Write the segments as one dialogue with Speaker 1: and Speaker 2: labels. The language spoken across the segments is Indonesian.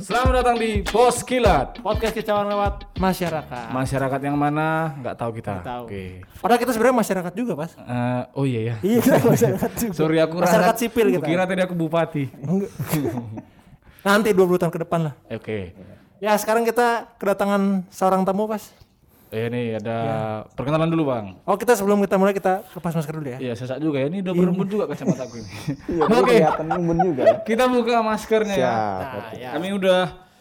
Speaker 1: Selamat datang di Pos Kilat.
Speaker 2: Podcast kicauan lewat masyarakat.
Speaker 1: Masyarakat yang mana? Nggak tahu kita.
Speaker 2: Nggak tahu.
Speaker 1: Oke.
Speaker 2: Padahal kita sebenarnya masyarakat juga, Pas.
Speaker 1: Oh iya ya.
Speaker 2: Iya, kita masyarakat juga.
Speaker 1: Sorry aku
Speaker 2: masyarakat
Speaker 1: ralat.
Speaker 2: sipil kita.
Speaker 1: Kira tadi aku bupati.
Speaker 2: Nanti 20 tahun ke depan lah.
Speaker 1: Oke.
Speaker 2: Ya, sekarang kita kedatangan seorang tamu, Pas.
Speaker 1: Ini ada perkenalan dulu bang.
Speaker 2: Oh, kita sebelum kita mulai kita lepas masker dulu ya.
Speaker 1: Iya sesak juga ya. Ini udah berembun juga kacamataku ini.
Speaker 3: Oke. Kelihatan embun juga.
Speaker 1: Kita buka maskernya ya.
Speaker 2: Nah, ya.
Speaker 1: Kami udah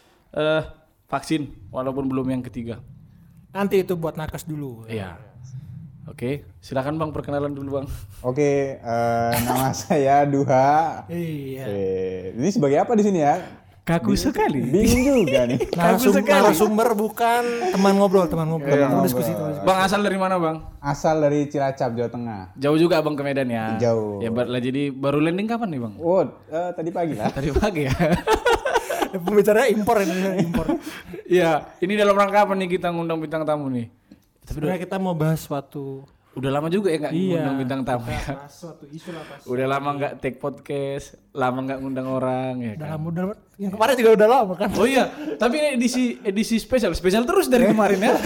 Speaker 1: vaksin walaupun belum yang ketiga.
Speaker 2: Nanti itu buat nakes dulu.
Speaker 1: Iya. Oke, silakan bang perkenalan dulu bang.
Speaker 3: Oke, nama saya Duha.
Speaker 2: Iya.
Speaker 3: Ini sebagai apa di sini ya?
Speaker 1: Kaku sekali.
Speaker 3: Bingung juga nih.
Speaker 2: Narasumber bukan teman ngobrol. Teman diskusi.
Speaker 1: Bang asal dari mana bang?
Speaker 3: Asal dari Cilacap, Jawa Tengah.
Speaker 1: Jauh juga bang ke Medan ya?
Speaker 3: Jauh.
Speaker 1: Ya jadi baru landing kapan nih bang?
Speaker 3: Oh, tadi pagi lah.
Speaker 1: Tadi pagi ya?
Speaker 2: Pembicaranya impor ini, impor.
Speaker 1: Iya, ini dalam rangka apa nih kita ngundang bintang tamu nih?
Speaker 2: Sebenarnya kita mau bahas suatu
Speaker 1: Udah lama juga ya nggak ngundang bintang tamu ya?
Speaker 2: suatu isu lah, Pas.
Speaker 1: Udah lama nggak take podcast, lama nggak ngundang orang ya kan?
Speaker 2: Udah yang kemarin juga udah lama kan.
Speaker 1: Oh iya, tapi ini edisi spesial terus dari kemarin ya.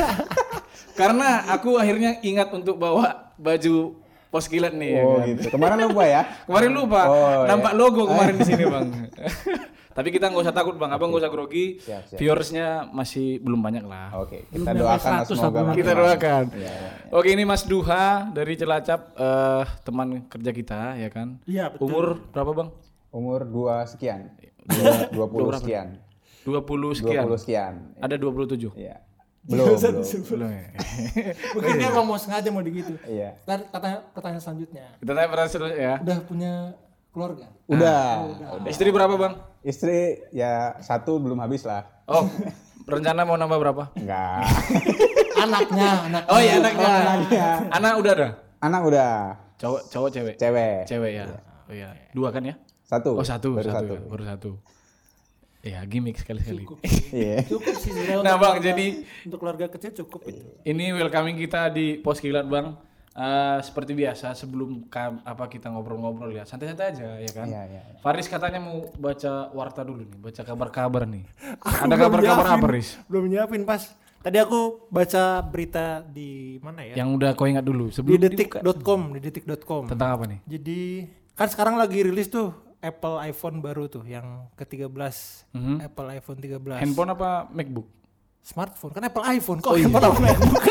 Speaker 1: Karena aku akhirnya ingat untuk bawa baju Pos Kilat nih.
Speaker 3: Oh
Speaker 1: ya kan?
Speaker 3: gitu. Kemarin lupa ya?
Speaker 1: Kemarin lupa,
Speaker 3: Oh,
Speaker 1: nampak logo kemarin di sini bang. Tapi kita nggak usah takut bang, abang nggak usah grogi.
Speaker 3: Siap.
Speaker 1: Viewersnya masih belum banyak lah.
Speaker 3: Oke, kita doakan lah
Speaker 2: 100
Speaker 3: semoga.
Speaker 2: lah.
Speaker 1: Kita doakan.
Speaker 3: Iya.
Speaker 1: Oke, ini Mas Duha dari Cilacap, teman kerja kita ya kan.
Speaker 2: Iya, betul.
Speaker 1: Umur berapa bang?
Speaker 3: Umur 2 sekian. 20 sekian.
Speaker 1: 20 sekian.
Speaker 3: 20 sekian.
Speaker 1: Ada 27.
Speaker 3: Iya. Belum.
Speaker 1: Belum ya.
Speaker 2: Mungkin dia mau sengaja mau digitu.
Speaker 3: Iya.
Speaker 2: Ntar pertanyaan selanjutnya.
Speaker 1: Kita tanya pada selanjutnya ya.
Speaker 2: Udah punya keluarga?
Speaker 3: Udah.
Speaker 1: Istri berapa bang?
Speaker 3: Istri ya 1 belum habis lah.
Speaker 1: Oh, rencana mau nambah berapa?
Speaker 3: Enggak.
Speaker 2: Anaknya.
Speaker 1: Oh iya anaknya. Anak udah ada?
Speaker 3: Anak udah.
Speaker 1: Cowok cewek?
Speaker 3: Cewek.
Speaker 1: Cewek ya. Oh iya. 2 kan ya?
Speaker 3: 1.
Speaker 1: Oh satu.
Speaker 3: Baru
Speaker 1: Ya.
Speaker 3: 1.
Speaker 1: Baru 1. Ya gimmick sekali-sekali.
Speaker 3: Iya.
Speaker 2: Cukup sih sebenarnya.
Speaker 1: Nah bang,
Speaker 2: untuk
Speaker 1: jadi
Speaker 2: untuk keluarga kecil cukup itu.
Speaker 1: ini welcoming kita di Pos Kilat bang. Seperti biasa sebelum kita ngobrol-ngobrol ya santai-santai aja ya kan.
Speaker 3: Iya.
Speaker 1: Faris katanya mau baca warta dulu nih, baca kabar-kabar nih. Ada kabar-kabar apa Riz?
Speaker 2: Belum nyiapin, Pas. Tadi aku baca berita di mana ya?
Speaker 1: Yang udah kau ingat dulu
Speaker 2: Di
Speaker 1: sebelum
Speaker 2: detik.com.
Speaker 1: tentang apa nih?
Speaker 2: Jadi kan sekarang lagi rilis tuh Apple iPhone baru tuh yang ke-13. Apple iPhone 13.
Speaker 1: Handphone apa MacBook?
Speaker 2: Smartphone kan Apple iPhone kok handphone apa MacBook?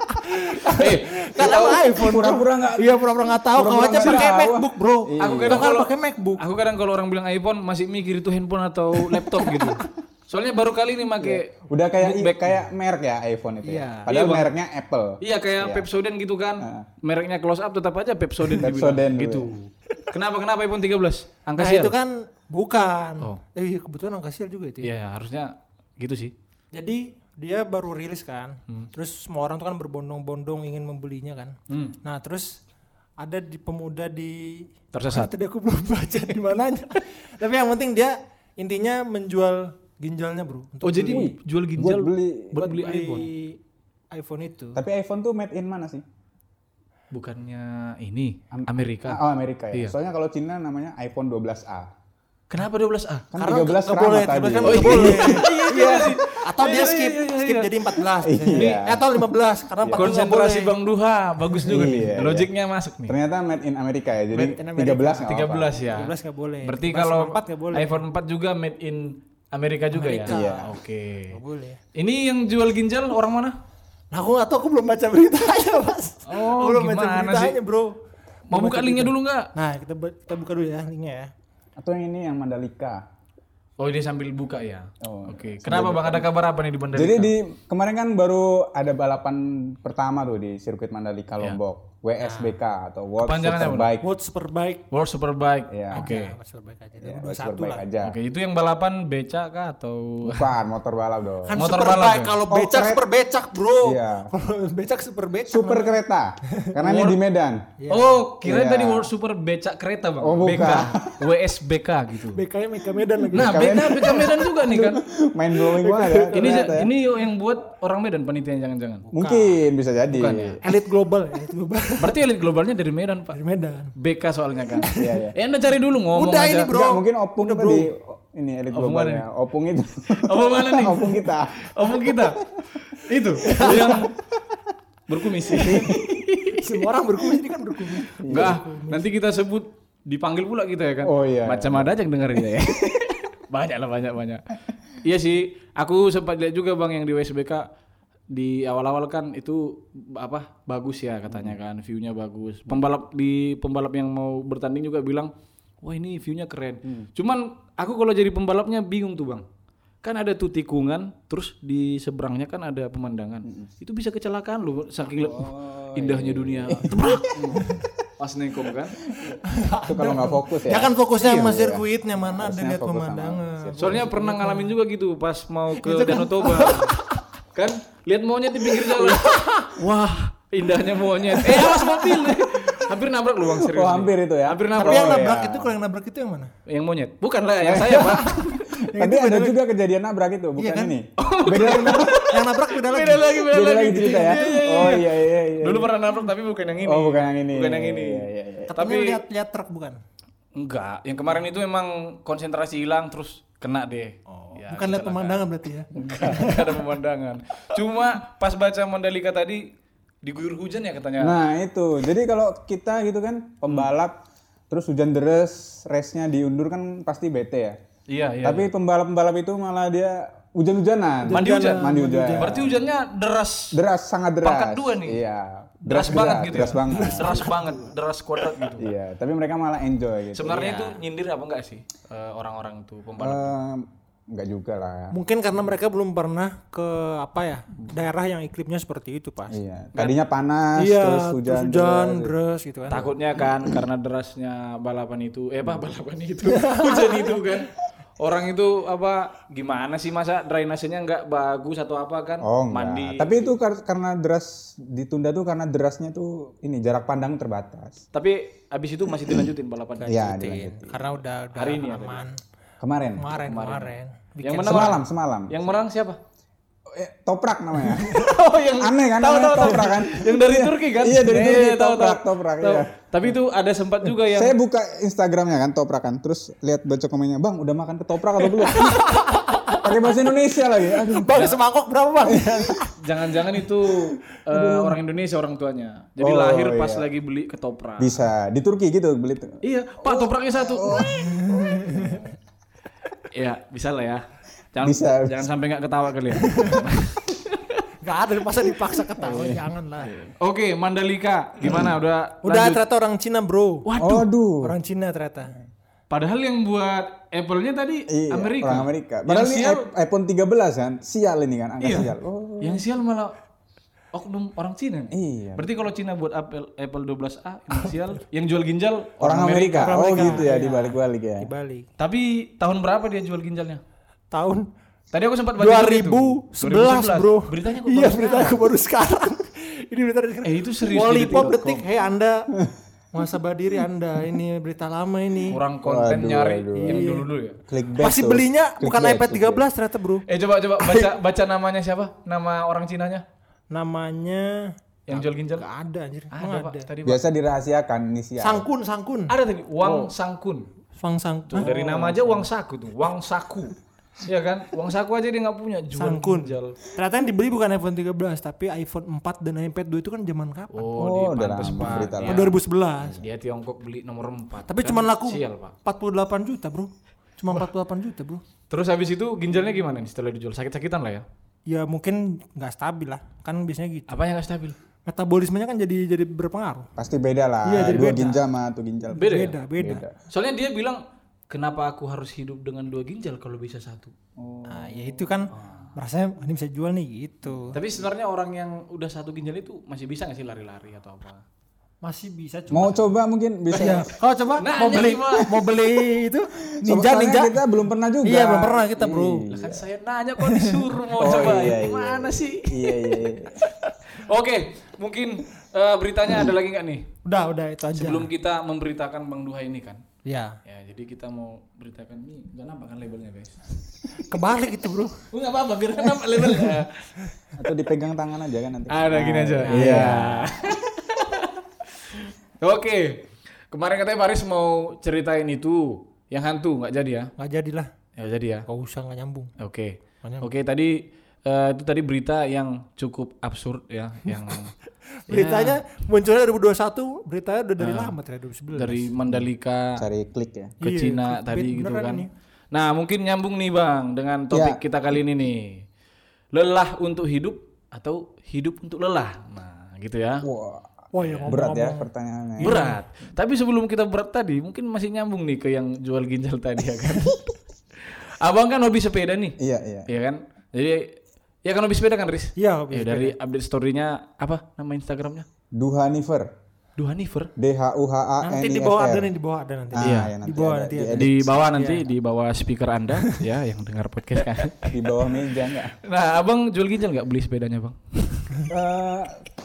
Speaker 2: Kan
Speaker 1: tahu
Speaker 2: iPhone
Speaker 3: pura-pura nggak-
Speaker 2: Iya pura-pura nggak tahu. Kau aja pakai MacBook, Bro.
Speaker 1: Aku
Speaker 2: Kau kan pakai MacBook.
Speaker 1: Aku kadang kalau orang bilang iPhone masih mikir itu handphone atau laptop gitu. Soalnya baru kali ini make
Speaker 3: Udah kayak
Speaker 1: bookback.
Speaker 3: kayak merek ya iPhone itu.
Speaker 2: Iya.
Speaker 3: Ya. Padahal
Speaker 1: Iya, Bang.
Speaker 3: mereknya Apple.
Speaker 1: Iya kayak Pepsodent gitu kan. Mereknya close up tetap aja Pepsodent dibilang
Speaker 3: Pepsodent
Speaker 1: gitu. Kenapa iPhone 13? Angka
Speaker 2: Nah
Speaker 1: sial.
Speaker 2: itu kan bukan.
Speaker 1: Oh.
Speaker 2: Kebetulan angka sial juga itu.
Speaker 1: Iya, harusnya gitu sih.
Speaker 2: Jadi dia baru rilis kan. Terus semua orang tuh kan berbondong-bondong ingin membelinya kan. Nah, terus ada di pemuda di
Speaker 1: Tersesat.
Speaker 2: Tadi aku belum baca di mananya. Tapi yang penting dia intinya menjual ginjalnya, Bro. Untuk
Speaker 1: Jadi jual ginjal
Speaker 3: Buat
Speaker 1: buat beli
Speaker 2: beli
Speaker 1: iPhone.
Speaker 2: iPhone itu.
Speaker 3: Tapi iPhone tuh made in mana sih?
Speaker 1: Bukannya ini Amerika.
Speaker 3: Oh, Amerika ya.
Speaker 1: Iya.
Speaker 3: Soalnya kalau Cina namanya iPhone 12A.
Speaker 1: Kenapa 12A?
Speaker 3: Kan
Speaker 2: Karena
Speaker 3: 13
Speaker 2: nggak boleh,
Speaker 3: keramat tadi.
Speaker 2: 13 kan
Speaker 1: Oh,
Speaker 2: nggak boleh.
Speaker 1: Iya sih.
Speaker 2: Atau dia skip jadi 14 biasanya.
Speaker 3: Iya.
Speaker 2: Atau 15 karena 14 nggak
Speaker 1: Konsentrasi
Speaker 2: boleh.
Speaker 1: Bang Duha bagus juga nih.
Speaker 3: Iya,
Speaker 1: Logiknya masuk nih.
Speaker 3: Ternyata made in Amerika ya. Jadi
Speaker 2: Made in Amerika.
Speaker 3: 13 nggak
Speaker 1: 13 ya.
Speaker 2: 13 nggak boleh.
Speaker 1: Berarti
Speaker 2: 14
Speaker 1: kalau
Speaker 2: sama 4 nggak boleh.
Speaker 1: iPhone 4 juga made in Amerika juga
Speaker 2: Amerika.
Speaker 1: ya?
Speaker 3: Iya.
Speaker 1: Oke.
Speaker 2: Nggak boleh.
Speaker 1: Ini yang jual ginjal orang mana?
Speaker 2: Nah, aku nggak tahu, aku belum baca beritanya, Mas.
Speaker 1: Oh,
Speaker 2: Aku belum baca
Speaker 1: gimana
Speaker 2: beritanya,
Speaker 1: sih?
Speaker 2: Bro.
Speaker 1: Mau
Speaker 2: Belum
Speaker 1: buka
Speaker 2: baca
Speaker 1: linknya
Speaker 2: berita.
Speaker 1: dulu nggak?
Speaker 2: Nah, kita buka dulu ya linknya ya.
Speaker 3: Atau yang ini yang Mandalika.
Speaker 1: Oh ini sambil buka ya?
Speaker 3: Oh,
Speaker 1: Oke. Kenapa Bang? Ada kabar apa nih di Mandalika?
Speaker 3: Jadi kemarin kan baru ada balapan pertama tuh di sirkuit Mandalika Lombok. WSBK atau World
Speaker 1: Kepanjangannya apa?
Speaker 3: Superbike.
Speaker 2: World Superbike.
Speaker 1: World Superbike.
Speaker 3: Iya.
Speaker 1: Oke.
Speaker 2: World Superbike aja.
Speaker 3: Ya,
Speaker 2: 2021
Speaker 3: Superbike
Speaker 2: lah.
Speaker 3: aja.
Speaker 1: Oke, itu yang balapan becak kah atau
Speaker 3: Bukan motor balap dong.
Speaker 2: Kan
Speaker 1: Motor
Speaker 2: Superbike
Speaker 1: balap ya?
Speaker 2: kalau
Speaker 3: Oh,
Speaker 2: becak
Speaker 3: keren.
Speaker 2: super becak, Bro.
Speaker 3: Iya.
Speaker 2: Kalau becak super becak.
Speaker 3: Super kereta. Karena ini di Medan.
Speaker 1: Oh, kirain
Speaker 3: Iya.
Speaker 1: tadi World Super becak kereta, Bang.
Speaker 3: Oh, bukan.
Speaker 1: BK. WSBK gitu.
Speaker 2: BK-nya Mega Medan lagi.
Speaker 1: Nah, BK Medan juga nih kan.
Speaker 3: Main blowing banget ya. ternyata ya.
Speaker 1: Ini yang buat orang Medan panitia jangan-jangan.
Speaker 3: Mungkin bisa jadi.
Speaker 1: Bukan ya?
Speaker 2: Elit global, elit global.
Speaker 1: Berarti elit globalnya dari Medan, Pak.
Speaker 2: Dari Medan.
Speaker 1: BK soalnya kan.
Speaker 3: Iya, iya.
Speaker 1: Anda cari dulu ngomong
Speaker 2: Udah
Speaker 1: aja.
Speaker 2: ini, Bro.
Speaker 3: Enggak, mungkin opung tadi ini elit
Speaker 1: Opung
Speaker 3: globalnya. Opung itu.
Speaker 1: Opung mana nih?
Speaker 3: Opung kita.
Speaker 1: Opung kita. Itu yang berkumis.
Speaker 2: Semua orang berkumis ini kan berkumis.
Speaker 1: Enggak, nanti kita sebut dipanggil pula kita ya kan.
Speaker 3: Oh iya.
Speaker 1: Macam ada aja yang dengerin ya. banyak. Iya sih, aku sempat lihat juga Bang yang di WSBK di awal-awal kan itu bagus ya katanya kan, view-nya bagus. Pembalap yang mau bertanding juga bilang, "Wah, ini view-nya keren." Cuman aku kalau jadi pembalapnya bingung tuh, Bang. Kan ada tuh tikungan, terus di seberangnya kan ada pemandangan. Itu bisa kecelakaan loh, saking indahnya dunia. Pas nengkom kan.
Speaker 3: Itu kalau nggak fokus ya.
Speaker 2: Ya kan fokusnya sama
Speaker 3: Iya.
Speaker 2: sirkuitnya, mana ada
Speaker 3: Harusnya
Speaker 2: lihat
Speaker 3: fokus sama
Speaker 2: pemandangan.
Speaker 1: Soalnya pernah ngalamin juga gitu pas mau ke Danau Toba. Kan lihat monyet di pinggir jalan. Wah, indahnya monyet. Awas mobil. Hampir nabrak lu Bang, serius.
Speaker 3: Oh, hampir itu ya.
Speaker 1: Hampir
Speaker 2: Tapi
Speaker 1: nabrak.
Speaker 2: yang
Speaker 3: Oh,
Speaker 2: nabrak
Speaker 3: iya.
Speaker 2: itu, kalau yang nabrak itu yang mana?
Speaker 1: Yang monyet. Bukan lah, yang saya, Pak.
Speaker 3: Tapi ada juga kejadian nabrak itu, bukan
Speaker 2: Iya kan?
Speaker 3: ini. Beda
Speaker 2: Yang nabrak beda lagi.
Speaker 3: beda lagi cerita ya. Oh iya.
Speaker 1: Dulu pernah nabrak tapi bukan yang ini.
Speaker 3: Oh, bukan yang ini.
Speaker 1: Bukan yang ini.
Speaker 3: Iya.
Speaker 2: Tapi lihat truk bukan?
Speaker 1: Enggak, yang kemarin itu emang konsentrasi hilang terus kena deh. Ya,
Speaker 2: Bukan lihat pemandangan berarti ya.
Speaker 1: enggak ada pemandangan. Cuma pas baca Mandalika tadi diguyur hujan ya katanya.
Speaker 3: Nah itu, jadi kalau kita gitu kan pembalap, terus hujan deras, race-nya diundur kan pasti bete ya.
Speaker 1: Iya.
Speaker 3: Tapi pembalap-pembalap itu malah dia hujan-hujanan.
Speaker 1: Mandi hujan.
Speaker 3: Berarti
Speaker 1: Berarti hujannya deras.
Speaker 3: deras, sangat deras.
Speaker 1: Pangkat 2 nih.
Speaker 3: Iya.
Speaker 1: Deras banget gitu.
Speaker 3: Deras
Speaker 1: ya?
Speaker 3: banget.
Speaker 1: Deras banget, deras kuadrat gitu.
Speaker 3: Iya, tapi mereka malah enjoy gitu.
Speaker 1: Sebenarnya itu nyindir apa enggak sih orang-orang itu pembalap?
Speaker 3: Enggak juga lah ya.
Speaker 2: Mungkin karena mereka belum pernah ke daerah yang iklimnya seperti itu pas.
Speaker 3: Iya. Tadinya panas,
Speaker 2: Iya,
Speaker 3: terus hujan,
Speaker 2: deras gitu kan.
Speaker 1: Takutnya kan karena derasnya balapan itu, balapan itu, hujan itu kan. Orang itu gimana sih masa drainasenya nggak bagus atau apa kan?
Speaker 3: Oh enggak.
Speaker 1: Mandi.
Speaker 3: Tapi itu karena deras ditunda tuh karena derasnya tuh ini jarak pandang terbatas.
Speaker 1: Tapi abis itu masih dilanjutin balapan.
Speaker 3: Iya, dilanjutin.
Speaker 2: Karena udah
Speaker 1: Hari ini ya,
Speaker 2: aman.
Speaker 3: Kemarin.
Speaker 2: Kemarin.
Speaker 1: Yang menang
Speaker 3: Semalam.
Speaker 1: Yang menang siapa?
Speaker 3: Toprak namanya.
Speaker 1: Oh, yang
Speaker 3: Aneh kan
Speaker 1: tahu,
Speaker 3: namanya
Speaker 1: tahu.
Speaker 3: Toprak kan.
Speaker 1: Yang dari Turki kan?
Speaker 3: Iya, dari Turki.
Speaker 1: tahu.
Speaker 3: Toprak, iya.
Speaker 1: Tapi itu ada sempat juga yang
Speaker 3: Saya buka Instagramnya kan Toprak kan, terus lihat baca komennya, "Bang, udah makan ketoprak atau belum?" Pakai bahasa Indonesia lagi. Aduh.
Speaker 2: Bang, semangkok berapa bang?
Speaker 1: jangan-jangan itu orang Indonesia orang tuanya. Jadi
Speaker 3: Oh,
Speaker 1: lahir pas
Speaker 3: iya.
Speaker 1: lagi beli ketoprak.
Speaker 3: Bisa di Turki gitu beli.
Speaker 1: Iya, Pak, topraknya satu. Iya, bisa lah ya. Jangan sampai nggak ketawa kalian.
Speaker 2: Gak ada, masa dipaksa ketawa, jangan lah.
Speaker 1: Oke, Mandalika gimana? Udah lanjut?
Speaker 2: Ternyata orang Cina bro.
Speaker 3: Waduh.
Speaker 2: Orang Cina ternyata.
Speaker 1: Padahal yang buat Apple-nya tadi
Speaker 3: Iya,
Speaker 1: Amerika.
Speaker 3: orang Amerika. Padahal ini iPhone 13 kan, sial ini kan, angka
Speaker 1: Iya.
Speaker 3: sial. Oh.
Speaker 1: Yang sial malah oknum orang Cina nih.
Speaker 3: Iya.
Speaker 1: Berarti kalau Cina buat Apple 12A yang sial, yang jual ginjal
Speaker 3: Orang Amerika.
Speaker 2: Orang
Speaker 3: Oh
Speaker 2: Amerika,
Speaker 3: gitu ya, dibalik-balik ya.
Speaker 2: Dibalik.
Speaker 1: Tapi tahun berapa dia jual ginjalnya?
Speaker 2: Tahun
Speaker 1: Tadi aku sempat baca berita itu.
Speaker 2: 2011 bro.
Speaker 1: Beritanya kok
Speaker 2: Iya,
Speaker 1: baru
Speaker 2: berita aku baru sekarang. Ini berita dari sekarang.
Speaker 1: itu serius
Speaker 2: Wally
Speaker 1: di
Speaker 2: Pop
Speaker 1: detik.com.
Speaker 2: detik. Hei Anda, muhasabah diri Anda. Ini berita lama ini.
Speaker 1: Orang konten
Speaker 3: Waduh,
Speaker 1: nyari
Speaker 3: waduh.
Speaker 1: yang dulu ya.
Speaker 3: Clickbait
Speaker 2: Masih
Speaker 3: tuh.
Speaker 2: belinya bukan
Speaker 3: Clickbait,
Speaker 2: iPad
Speaker 3: clickbait.
Speaker 2: 13 ternyata bro.
Speaker 1: Coba baca namanya siapa? Nama orang Cinanya
Speaker 2: Namanya
Speaker 1: yang jual ginjal?
Speaker 2: gak ada anjir.
Speaker 1: Ada,
Speaker 2: Emang
Speaker 1: Pak.
Speaker 2: ada.
Speaker 1: Tadi Pak.
Speaker 3: Biasa dirahasiakan inisial.
Speaker 2: Sangkun.
Speaker 1: Ada tadi Wang Sangkun.
Speaker 2: Fang Sangkun.
Speaker 1: Dari nama aja Wang Saku tuh, Wang Saku. Iya kan? Wang Saku aja dia nggak punya jual
Speaker 2: Sangkun.
Speaker 1: ginjal.
Speaker 2: Ternyata yang dibeli bukan iPhone 13 tapi iPhone 4 dan iPad 2 itu kan zaman kapan?
Speaker 3: Oh, udah
Speaker 1: pantes,
Speaker 3: lama
Speaker 1: Pak.
Speaker 3: berita
Speaker 1: Dia-
Speaker 3: lah.
Speaker 2: 2011.
Speaker 1: Dia Tiongkok beli nomor 4.
Speaker 2: Tapi cuma laku
Speaker 1: Sial, Pak.
Speaker 2: 48 juta bro. Cuma 48 juta bro.
Speaker 1: Terus habis itu ginjalnya gimana nih setelah dijual? Sakit-sakitan lah ya?
Speaker 2: Ya mungkin nggak stabil lah. Kan biasanya gitu.
Speaker 1: Apa yang nggak stabil?
Speaker 2: Metabolismenya kan jadi berpengaruh.
Speaker 3: Pasti beda lah.
Speaker 2: Iya, jadi
Speaker 3: Dua
Speaker 2: beda.
Speaker 3: ginjal sama satu ginjal.
Speaker 1: Beda ya?
Speaker 2: Beda.
Speaker 1: Soalnya dia bilang, kenapa aku harus hidup dengan 2 ginjal kalau bisa 1?
Speaker 2: Nah, ya itu kan rasanya ini bisa jual nih gitu.
Speaker 1: Tapi sebenarnya orang yang udah 1 ginjal itu masih bisa nggak sih lari-lari atau apa?
Speaker 2: Masih bisa cuma.
Speaker 3: Mau coba mungkin bisa.
Speaker 2: Ya, kalau coba
Speaker 1: Nah,
Speaker 2: mau beli itu
Speaker 3: Soalnya
Speaker 2: ninja.
Speaker 3: kita belum pernah juga.
Speaker 2: Iya, belum pernah kita, Bro.
Speaker 1: Lah kan saya nanya kok disuruh mau
Speaker 3: Oh,
Speaker 1: coba.
Speaker 3: iya, iya.
Speaker 1: Gimana sih?
Speaker 3: Iya.
Speaker 1: Oke, mungkin beritanya ada lagi nggak nih?
Speaker 2: Udah itu aja.
Speaker 1: Sebelum kita memberitakan Bang Duha ini kan.
Speaker 2: Ya,
Speaker 1: Ya, jadi kita mau beritakan ini nggak nampak kan labelnya guys.
Speaker 2: kebalik itu, Bro.
Speaker 1: Nggak apa-apa, biar kan nampak labelnya.
Speaker 3: Atau dipegang tangan aja kan nanti.
Speaker 1: Ada gini aja.
Speaker 3: Iya.
Speaker 1: Oke, kemarin katanya Paris mau ceritain itu yang hantu nggak jadi ya?
Speaker 2: Nggak jadilah.
Speaker 1: Ya jadi ya.
Speaker 2: Gak usah nggak nyambung.
Speaker 1: Oke.
Speaker 2: Makanya-
Speaker 1: Oke, tadi itu tadi berita yang cukup absurd ya, yang
Speaker 2: Beritanya munculnya 2021, beritanya udah dari lama ternyata 2011.
Speaker 1: dari Mandalika
Speaker 3: Cari klik ya.
Speaker 1: ke
Speaker 2: Iya,
Speaker 1: Cina
Speaker 2: clickbait
Speaker 1: tadi gitu
Speaker 2: beneran
Speaker 1: kan.
Speaker 2: ini.
Speaker 1: Nah, mungkin nyambung nih Bang dengan topik kita kali ini nih. Lelah untuk hidup atau hidup untuk lelah. Nah, gitu ya.
Speaker 2: Wah, ya
Speaker 3: Berat ya
Speaker 2: ngomong-ngomong.
Speaker 3: pertanyaannya.
Speaker 1: Berat. Tapi sebelum kita berat tadi, mungkin masih nyambung nih ke yang jual ginjal tadi ya kan. Abang kan hobi sepeda nih.
Speaker 3: Iya, iya.
Speaker 1: Iya kan? Jadi ya kan hobi sepeda kan, Riz?
Speaker 2: Iya, hobi
Speaker 1: Ya, dari update story-nya apa nama Instagramnya?
Speaker 3: Duhanifer.
Speaker 1: Duhanifer.
Speaker 3: DHUHANIFR.
Speaker 2: Nanti di bawah ada nih, di bawah ada nanti.
Speaker 1: Iya.
Speaker 3: ya,
Speaker 2: Di bawah
Speaker 3: ada.
Speaker 2: nanti ada.
Speaker 3: Diedit.
Speaker 1: Di bawah nanti di bawah speaker Anda ya yang dengar podcast kan.
Speaker 3: Di bawah meja enggak?
Speaker 1: Nah, Abang jual ginjal nggak beli sepedanya, Bang?
Speaker 3: Eh,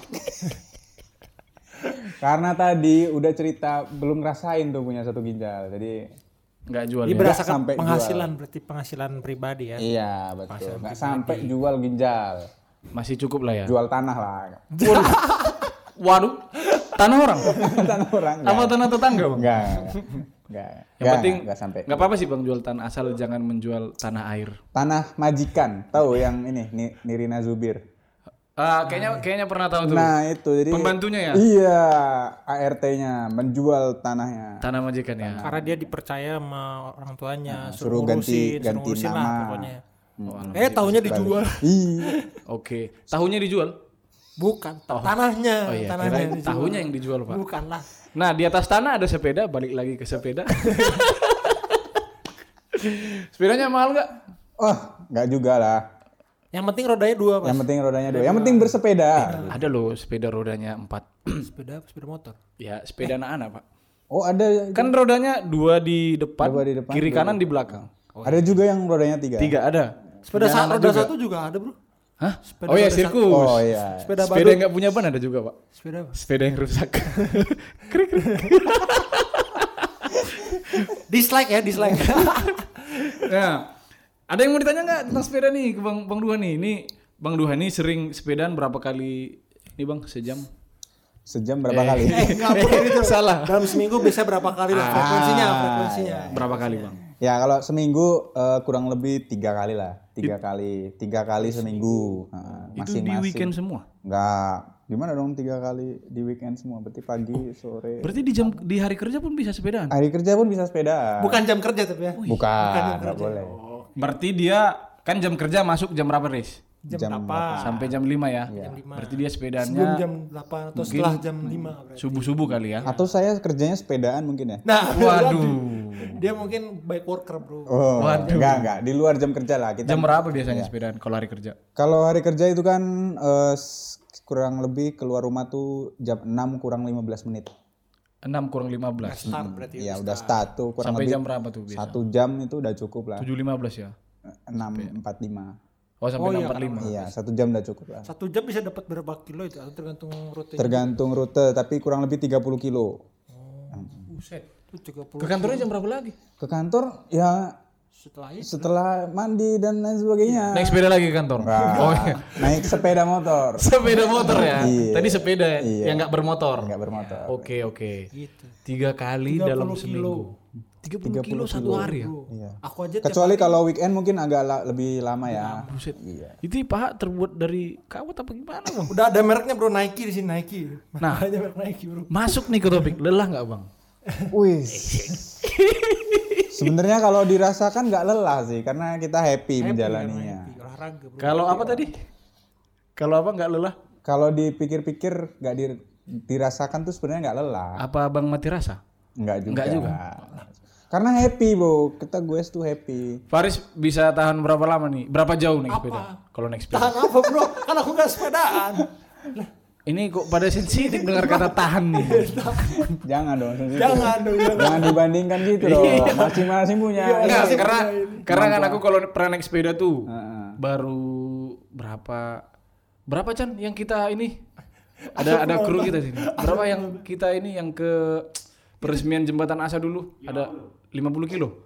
Speaker 3: karena tadi udah cerita belum ngerasain tuh punya satu ginjal. Jadi
Speaker 1: Nggak jual
Speaker 2: Ini
Speaker 1: ya.
Speaker 2: berdasarkan
Speaker 3: sampai
Speaker 2: penghasilan, berarti penghasilan pribadi ya.
Speaker 3: iya betul. Nggak sampai jual ginjal.
Speaker 1: Masih cukup lah ya.
Speaker 3: Jual tanah lah.
Speaker 1: Waduh. Tanah orang.
Speaker 3: Tanah orang.
Speaker 1: Apa tanah tetangga, Bang?
Speaker 3: Enggak.
Speaker 1: Yang penting
Speaker 3: enggak sampai.
Speaker 1: nggak apa-apa sih Bang jual tanah asal jangan menjual tanah air.
Speaker 3: Tanah majikan. Tahu yang ini Nirina Zubir.
Speaker 1: Kayaknya pernah tahu tuh.
Speaker 3: Nah, itu jadi
Speaker 1: Pembantunya ya?
Speaker 3: Iya, ART-nya menjual tanahnya.
Speaker 1: Tanah majikan ya.
Speaker 2: Karena dia dipercaya sama orang tuanya,
Speaker 3: suruh
Speaker 2: ngurusin,
Speaker 3: ganti
Speaker 2: ngurusin
Speaker 3: nama.
Speaker 2: lah pokoknya. Tahunya dijual.
Speaker 3: Iya.
Speaker 1: Oke. Tahunya dijual?
Speaker 2: Bukan, tanahnya,
Speaker 1: Oh iya,
Speaker 2: tanahnya
Speaker 1: kirain
Speaker 2: dijual.
Speaker 1: tahunya yang dijual, Pak.
Speaker 2: Bukan lah.
Speaker 1: Nah, di atas tanah ada sepeda, balik lagi ke sepeda. Sepedanya mahal nggak?
Speaker 3: Oh, enggak juga lah.
Speaker 2: Yang penting rodanya 2, Mas.
Speaker 3: Yang penting rodanya 2. Yang penting bersepeda.
Speaker 1: Ada loh sepeda rodanya 4.
Speaker 2: Sepeda motor.
Speaker 1: Ya, sepeda anak-anak, Pak.
Speaker 3: Oh, ada.
Speaker 1: Kan rodanya 2 di depan,
Speaker 3: Dua di depan,
Speaker 1: kiri kanan di belakang.
Speaker 3: Ada juga yang rodanya 3.
Speaker 1: 3 ada.
Speaker 2: Sepeda
Speaker 1: Punya anak
Speaker 2: roda
Speaker 1: juga.
Speaker 2: 1 juga ada, Bro.
Speaker 1: Hah?
Speaker 2: Sepeda
Speaker 1: Oh ya,
Speaker 2: roda
Speaker 1: sirkus.
Speaker 3: Oh iya.
Speaker 2: Sepeda
Speaker 1: Sepeda
Speaker 2: badut.
Speaker 1: yang nggak punya ban ada juga, Pak.
Speaker 2: Sepeda apa?
Speaker 1: Sepeda yang rusak.
Speaker 2: Dislike ya, dislike.
Speaker 1: Nah, ada yang mau ditanya nggak tentang sepeda nih ke Bang Duhan nih? Ini Bang Duhan nih sering sepedaan berapa kali? Ini Bang, sejam?
Speaker 3: Sejam berapa kali?
Speaker 2: Enggak boleh gitu.
Speaker 1: Salah.
Speaker 2: Dalam seminggu biasanya berapa kali lah frekuensinya.
Speaker 1: Berapa kali, Bang?
Speaker 3: Ya kalau seminggu kurang lebih 3 kali lah. 3 kali seminggu.
Speaker 1: Itu di weekend semua?
Speaker 3: Enggak. Gimana dong 3 kali di weekend semua? Berarti pagi, sore.
Speaker 1: Berarti di hari kerja pun bisa sepedaan?
Speaker 3: Hari kerja pun bisa sepeda.
Speaker 2: Bukan jam kerja tapi ya.
Speaker 3: Bukan, enggak boleh.
Speaker 1: Berarti dia kan jam kerja masuk jam berapa, Riz?
Speaker 2: Jam berapa?
Speaker 1: Sampai jam 5 ya?
Speaker 2: Jam 5.
Speaker 1: Berarti dia
Speaker 2: Sebelum
Speaker 1: sepedaannya
Speaker 2: jam 8 atau setelah jam 5 berarti.
Speaker 1: subuh-subuh kali ya?
Speaker 3: Atau saya kerjanya sepedaan mungkin ya?
Speaker 2: Nah,
Speaker 1: Waduh.
Speaker 2: dia mungkin bike worker, Bro.
Speaker 3: Oh,
Speaker 1: Waduh.
Speaker 3: enggak. Di luar jam kerja lah. Kita
Speaker 1: Jam berapa biasanya sepedaan kalau hari kerja?
Speaker 3: kalau hari kerja itu kan kurang lebih keluar rumah tuh jam 6 kurang 15 menit.
Speaker 1: 6 kurang 15.
Speaker 2: Start berarti.
Speaker 3: Ya udah start tuh kurang
Speaker 1: Sampai
Speaker 3: lebih
Speaker 1: jam berapa tuh biasa?
Speaker 3: 1 jam itu udah cukup lah.
Speaker 1: 7.15 ya?
Speaker 3: 6.45.
Speaker 1: Oh, sampai
Speaker 2: Oh, iya,
Speaker 1: 6.45.
Speaker 3: Iya, 1 jam udah cukup lah.
Speaker 2: 1 jam bisa dapat berapa kilo itu atau tergantung rute.
Speaker 3: Tergantung rute, tapi kurang lebih 30 kilo.
Speaker 2: Buset, itu 30
Speaker 1: Ke kantornya jam berapa lagi?
Speaker 3: Ke kantor ya
Speaker 2: setelah itu.
Speaker 3: setelah mandi dan lain sebagainya.
Speaker 1: Naik sepeda lagi ke kantor?
Speaker 3: Enggak,
Speaker 1: Oh iya.
Speaker 3: naik sepeda motor.
Speaker 1: Sepeda motor ya?
Speaker 3: Iya.
Speaker 1: Tadi sepeda yang nggak bermotor?
Speaker 3: Enggak bermotor.
Speaker 1: Oke.
Speaker 2: Gitu.
Speaker 1: 3 kali dalam seminggu. 30 kilo satu hari ya?
Speaker 3: Iya.
Speaker 2: Aku aja
Speaker 3: Kecuali kalau weekend mungkin agak lebih lama ya.
Speaker 1: Buset.
Speaker 3: Iya.
Speaker 1: Itu paha terbuat dari kawat apa gimana, Bang?
Speaker 2: udah ada mereknya, Bro, Nike di sini, Nike.
Speaker 1: Nah.
Speaker 2: Ada merek Nike, Bro.
Speaker 1: Masuk nih ke topik, lelah nggak, Bang?
Speaker 3: Wih. Sebenarnya kalau dirasakan nggak lelah sih, karena kita happy menjalaninya.
Speaker 2: Nike, olahraga, Bro.
Speaker 1: Kalau apa tadi? Kalau apa nggak lelah?
Speaker 3: Kalau dipikir-pikir nggak dirasakan tuh sebenarnya nggak lelah.
Speaker 1: Apa Bang mati rasa?
Speaker 3: Nggak juga.
Speaker 1: Nggak juga.
Speaker 3: Karena happy, Bro. Kita gue tuh happy.
Speaker 1: Faris bisa tahan berapa lama nih? Berapa jauh naik sepeda? Kalau naik sepeda.
Speaker 2: Tahan apa, Bro? Kan aku nggak sepedaan.
Speaker 1: Ini kok pada sensitif dengar kata tahan nih.
Speaker 3: Jangan dong. sensitif.
Speaker 2: Jangan dong.
Speaker 3: Jangan dibandingkan gitu loh. Masing-masing punya.
Speaker 1: Enggak, karena kan aku kalau pernah naik sepeda tuh
Speaker 3: Heeh.
Speaker 1: baru berapa Chan yang kita ini ada kru kita sini. Berapa yang kita ini yang ke peresmian jembatan Asa dulu? Ada 50 kilo.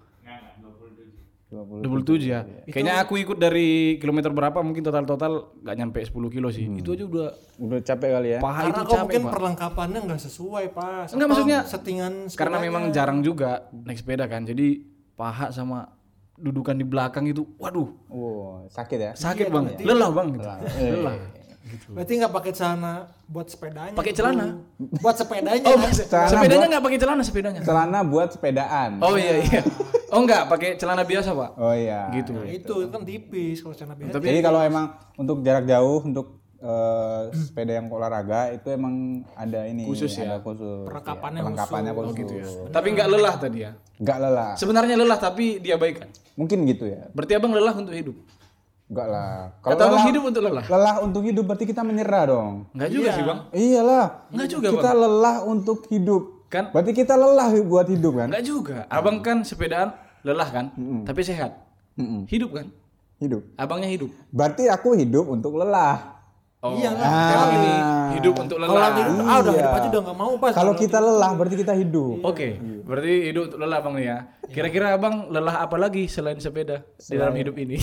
Speaker 1: 27 ya. Kayaknya aku ikut dari kilometer berapa mungkin total nggak nyampe 10 kilo sih. Itu aja udah
Speaker 3: Udah capek kali ya.
Speaker 1: paha
Speaker 2: Karena
Speaker 1: itu
Speaker 2: kok
Speaker 1: capek,
Speaker 2: mungkin
Speaker 1: Pak.
Speaker 2: perlengkapannya nggak sesuai, Pas.
Speaker 1: Enggak, maksudnya
Speaker 2: settingan
Speaker 1: Karena
Speaker 2: sepedanya.
Speaker 1: memang jarang juga naik sepeda kan. Jadi paha sama dudukan di belakang itu, waduh,
Speaker 3: Sakit ya?
Speaker 1: sakit bang, lelah bang, gitu. Lelah.
Speaker 2: Gitu. Berarti nggak pakai celana buat sepedanya?
Speaker 1: Pakai celana?
Speaker 2: Buat sepedanya?
Speaker 1: Oh,
Speaker 2: kan?
Speaker 1: sepedanya nggak pakai celana sepedanya?
Speaker 3: Celana buat sepedaan.
Speaker 1: Oh iya. Oh enggak, pakai celana biasa pak?
Speaker 3: Oh iya.
Speaker 1: Gitu.
Speaker 2: Nah, itu kan tipis kalau celana biasa.
Speaker 3: Jadi kalau emang untuk jarak jauh untuk sepeda yang olahraga itu emang ada ini
Speaker 1: Khusus ya?
Speaker 3: ada khusus.
Speaker 2: Perlengkapannya
Speaker 3: khusus.
Speaker 1: Gitu ya. Tapi nggak lelah tadi ya?
Speaker 3: Nggak lelah.
Speaker 1: Sebenarnya lelah tapi diabaikan.
Speaker 3: Mungkin gitu ya.
Speaker 1: Berarti abang lelah untuk hidup?
Speaker 3: Enggak lah.
Speaker 1: Atau abang hidup untuk lelah?
Speaker 3: Lelah untuk hidup berarti kita menyerah dong.
Speaker 1: Enggak juga sih bang.
Speaker 3: Iyalah.
Speaker 1: Enggak juga
Speaker 3: kita
Speaker 1: bang.
Speaker 3: lelah untuk hidup.
Speaker 1: Kan?
Speaker 3: Berarti kita lelah buat hidup kan?
Speaker 1: Enggak juga. Abang kan sepedaan lelah kan? Tapi sehat. Hidup kan?
Speaker 3: Hidup.
Speaker 1: Abangnya hidup.
Speaker 3: Berarti aku hidup untuk lelah.
Speaker 1: Oh,
Speaker 2: Iya lah.
Speaker 1: Emang ini hidup untuk
Speaker 2: Kalau
Speaker 1: lelah.
Speaker 2: hidup, udah hidup aja udah nggak mau pas.
Speaker 3: Kalau kita lelah berarti kita hidup.
Speaker 1: Oke, berarti hidup untuk lelah bang nih ya. Kira-kira abang lelah apa lagi selain sepeda di dalam hidup ini?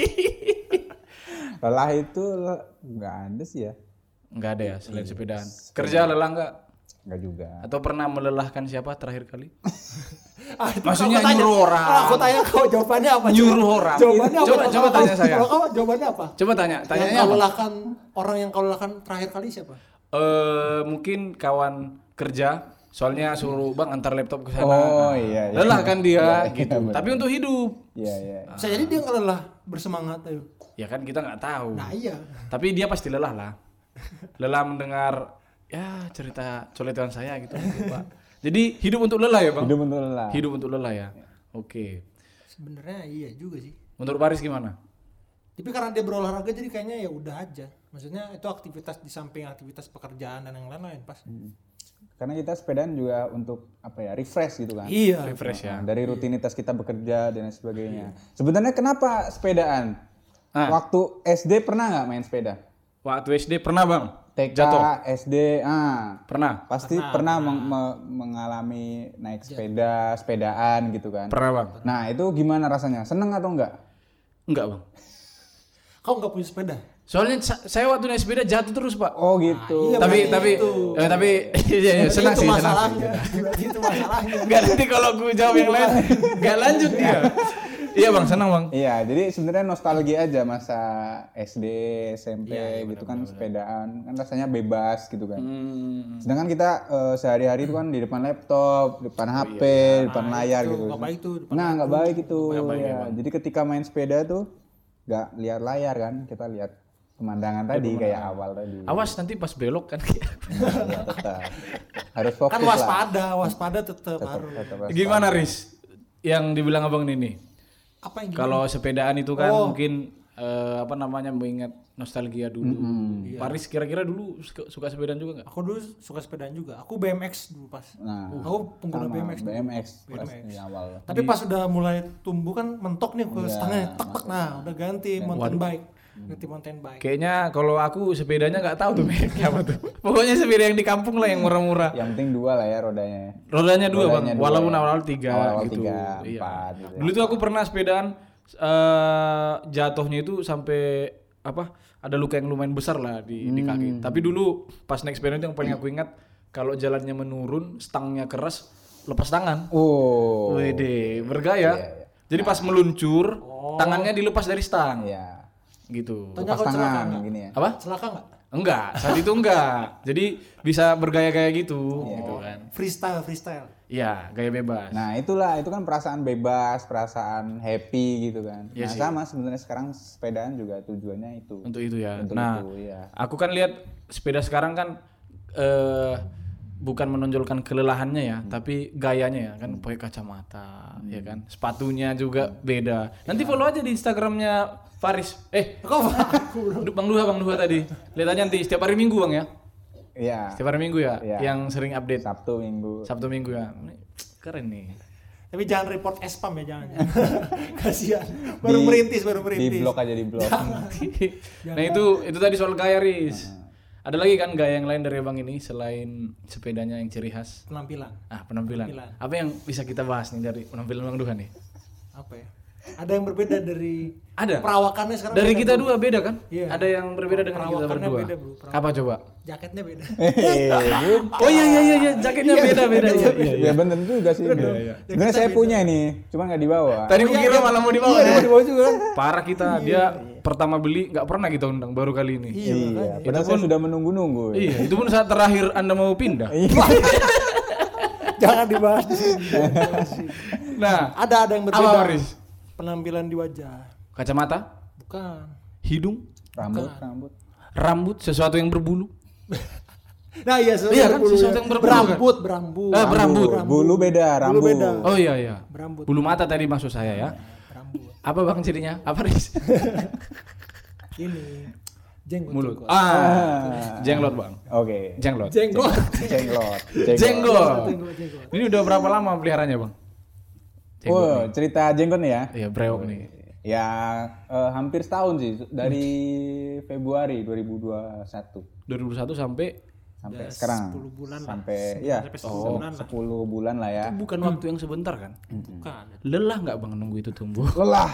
Speaker 3: Lelah itu nggak ada sih ya.
Speaker 1: Enggak ada ya selain sepedaan. Kerja lelah enggak?
Speaker 3: Enggak juga.
Speaker 1: Atau pernah melelahkan siapa terakhir kali?
Speaker 2: Maksudnya
Speaker 1: nyuruh orang.
Speaker 2: Kalau aku tanya kau jawabannya apa?
Speaker 1: Nyuruh orang.
Speaker 2: Jawabannya apa?
Speaker 1: Coba tanya saya.
Speaker 2: Kalau kau jawabannya apa?
Speaker 1: Coba tanya
Speaker 2: Yang
Speaker 1: tanyanya
Speaker 2: kau
Speaker 1: apa?
Speaker 2: lelahkan, orang yang kau lelahkan terakhir kali siapa?
Speaker 1: Mungkin kawan kerja, soalnya suruh bang antar laptop ke sana.
Speaker 3: Oh iya.
Speaker 1: Lelah kan dia
Speaker 3: Iya,
Speaker 1: gitu.
Speaker 3: benar.
Speaker 1: Tapi untuk hidup.
Speaker 3: Iya iya.
Speaker 2: Bisa jadi dia nggak lelah, bersemangat ayo.
Speaker 1: Ya kan kita nggak tahu.
Speaker 2: Nah iya.
Speaker 1: Tapi dia pasti lelah lah. Lelah mendengar ya cerita coletan saya gitu Pak. Jadi hidup untuk lelah ya bang?
Speaker 3: Hidup untuk lelah.
Speaker 1: Hidup untuk lelah ya. Oke.
Speaker 2: Sebenarnya iya juga sih.
Speaker 1: Menurut Paris gimana?
Speaker 2: Tapi karena dia berolahraga jadi kayaknya ya udah aja. Maksudnya itu aktivitas di samping aktivitas pekerjaan dan yang lain-lain pas.
Speaker 3: Karena kita sepedaan juga untuk apa ya refresh gitu kan.
Speaker 2: Iya.
Speaker 1: Refresh ya.
Speaker 3: Dari rutinitas kita bekerja dan lain sebagainya. Sebenarnya kenapa sepedaan? Waktu SD pernah nggak main sepeda?
Speaker 1: Waktu SD pernah bang?
Speaker 3: TK,
Speaker 1: Jatuh?
Speaker 3: SD,
Speaker 1: Pernah?
Speaker 3: pasti pernah mengalami naik sepedaan gitu kan.
Speaker 1: Pernah bang?
Speaker 3: Nah itu gimana rasanya? Seneng atau enggak?
Speaker 1: Enggak bang.
Speaker 2: Kau nggak punya sepeda?
Speaker 1: Soalnya saya waktu naik sepeda jatuh terus pak.
Speaker 3: Oh gitu.
Speaker 2: Iya,
Speaker 1: tapi iya, senang
Speaker 2: itu
Speaker 1: sih.
Speaker 2: masalahnya. Berarti itu masalahnya.
Speaker 1: Enggak nanti kalau gue jawab yang lain enggak lanjut dia. Iya bang, senang bang.
Speaker 3: Iya, jadi sebenarnya nostalgia aja masa SD, SMP gitu kan sepedaan kan rasanya bebas gitu kan. Sedangkan kita sehari-hari itu kan di depan laptop, depan HP, depan layar gitu.
Speaker 2: Nggak baik tuh.
Speaker 3: Nah, nggak baik itu. Ya. Jadi ketika main sepeda tuh nggak lihat layar kan, kita lihat pemandangan tadi kayak awal tadi.
Speaker 1: Awas nanti pas belok kan.
Speaker 3: Ya, tetap. Harus fokus
Speaker 2: Kan
Speaker 3: lah.
Speaker 2: waspada tetap harus.
Speaker 3: Tetap
Speaker 1: Gimana Riz? Yang dibilang abang ini?
Speaker 2: Apa yang
Speaker 1: Kalau sepedaan itu kan mungkin mengingat nostalgia dulu. Paris kira-kira dulu suka sepedaan juga nggak?
Speaker 2: Aku dulu suka sepedaan juga. Aku BMX dulu pas.
Speaker 3: Nah,
Speaker 2: Aku pengguna
Speaker 3: sama
Speaker 2: BMX.
Speaker 3: BMX pas di awal.
Speaker 2: Tapi pas udah mulai tumbuh kan mentok nih ke setengahnya. Tak. Nah, udah ganti mountain bike. Ganti mountain bike.
Speaker 1: Kayaknya kalau aku sepedanya nggak tahu tuh mereknya apa tuh. Pokoknya sepeda yang di kampung lah yang murah-murah.
Speaker 3: Yang penting 2 lah ya rodanya.
Speaker 1: Rodanya 2 bang,
Speaker 3: Rodanya
Speaker 1: walaupun
Speaker 3: dua.
Speaker 1: awal-awal 3
Speaker 3: Awal-awal
Speaker 1: gitu.
Speaker 3: 3,
Speaker 1: Iya.
Speaker 3: 4 gitu.
Speaker 1: Dulu tuh aku pernah sepedaan jatuhnya itu sampai ada luka yang lumayan besar lah di kaki. Tapi dulu pas naik sepeda itu yang paling aku ingat kalau jalannya menurun, stangnya keras, lepas tangan.
Speaker 3: Oh.
Speaker 1: Wede, bergaya. Jadi pas meluncur, tangannya dilepas dari stang.
Speaker 3: Iya.
Speaker 1: Gitu.
Speaker 2: Tanya
Speaker 3: Lepas
Speaker 2: kau celaka
Speaker 3: tangan
Speaker 2: nggak?
Speaker 3: gini ya.
Speaker 1: Apa?
Speaker 2: Celaka nggak?
Speaker 1: Enggak, saat itu enggak. Jadi bisa bergaya-gaya gitu, gitu kan.
Speaker 2: Freestyle.
Speaker 1: Iya, gaya bebas.
Speaker 3: Nah, itulah itu kan perasaan bebas, perasaan happy gitu kan.
Speaker 1: Iya
Speaker 3: Nah,
Speaker 1: sih.
Speaker 3: sama sebenarnya sekarang sepedaan juga tujuannya itu.
Speaker 1: Untuk itu ya.
Speaker 3: Untuk
Speaker 1: Nah,
Speaker 3: itu, iya.
Speaker 1: aku kan lihat sepeda sekarang kan bukan menonjolkan kelelahannya ya, tapi gayanya ya kan pakai kacamata, ya kan. Sepatunya juga beda. Nanti follow aja di Instagramnya Faris.
Speaker 2: Kau aku
Speaker 1: Bang Duha tadi. Lihat aja nanti setiap hari Minggu Bang ya.
Speaker 3: Iya.
Speaker 1: Setiap hari Minggu ya,
Speaker 3: Iya.
Speaker 1: yang sering update.
Speaker 3: Sabtu Minggu.
Speaker 1: Sabtu Minggu ya. Ini keren nih.
Speaker 2: Tapi jangan report spam ya jangan. Kasihan. Baru merintis.
Speaker 3: Di blok aja di blok.
Speaker 1: Nah itu tadi soal gaya Riz. Ada lagi kan gaya yang lain dari abang ini selain sepedanya yang ciri khas?
Speaker 2: Penampilan.
Speaker 1: Penampilan. Apa yang bisa kita bahas nih dari penampilan Bang Duha nih?
Speaker 2: Apa ya? Ada yang berbeda dari
Speaker 1: Ada.
Speaker 2: perawakannya sekarang.
Speaker 1: Dari
Speaker 2: beda,
Speaker 1: kita
Speaker 2: bro.
Speaker 1: dua beda kan?
Speaker 2: Iya.
Speaker 1: Ada yang berbeda dengan kita
Speaker 2: Perawakannya
Speaker 1: berdua.
Speaker 2: beda, bro.
Speaker 1: Apa coba?
Speaker 2: Jaketnya beda.
Speaker 1: Oh iya, jaketnya beda. Iya.
Speaker 3: Ya bener juga sih. Sebenarnya saya punya ini, cuma nggak dibawa.
Speaker 1: Tadi gua kira malah mau dibawa.
Speaker 2: Iya, mau dibawa juga kan.
Speaker 1: Parah kita, dia pertama beli nggak pernah kita undang, baru kali ini.
Speaker 3: Iya, padahal saya sudah menunggu-nunggu.
Speaker 1: Iya, itu pun saat terakhir Anda mau pindah.
Speaker 2: Jangan dibahas di sini.
Speaker 1: Nah,
Speaker 2: Ada yang berbeda.
Speaker 1: apa Faris?
Speaker 2: Penampilan di wajah.
Speaker 1: Kacamata,
Speaker 2: Bukan.
Speaker 1: hidung, rambut, sesuatu yang berbulu.
Speaker 2: Nah iya,
Speaker 1: Iya kan, sesuatu yang berbulu
Speaker 2: berambut.
Speaker 1: Berambut.
Speaker 3: Bulu beda, rambut.
Speaker 2: beda.
Speaker 1: Oh iya.
Speaker 2: Berambut.
Speaker 1: Bulu mata tadi maksud saya ya.
Speaker 2: Berambut.
Speaker 1: Apa bang cirinya? Apa Riz?
Speaker 2: Ini jenggot.
Speaker 1: Mulut.
Speaker 2: Jenggot.
Speaker 1: Jenglot bang.
Speaker 3: Oke.
Speaker 1: Jenglot.
Speaker 2: Jenggot.
Speaker 1: Jenggot.
Speaker 2: Jenggot.
Speaker 1: Ini udah berapa lama peliharanya bang?
Speaker 3: Oh, cerita jenggot nih ya.
Speaker 1: Iya brewok nih.
Speaker 3: Ya hampir setahun sih, dari Februari 2021
Speaker 1: 2001 sampai
Speaker 3: sekarang.
Speaker 2: 10 bulan lah.
Speaker 3: Sampai ya
Speaker 2: Sampai 10
Speaker 3: bulan lah ya.
Speaker 1: bukan waktu yang sebentar kan?
Speaker 2: Bukan.
Speaker 1: Lelah nggak bang nunggu itu tumbuh?
Speaker 3: Lelah.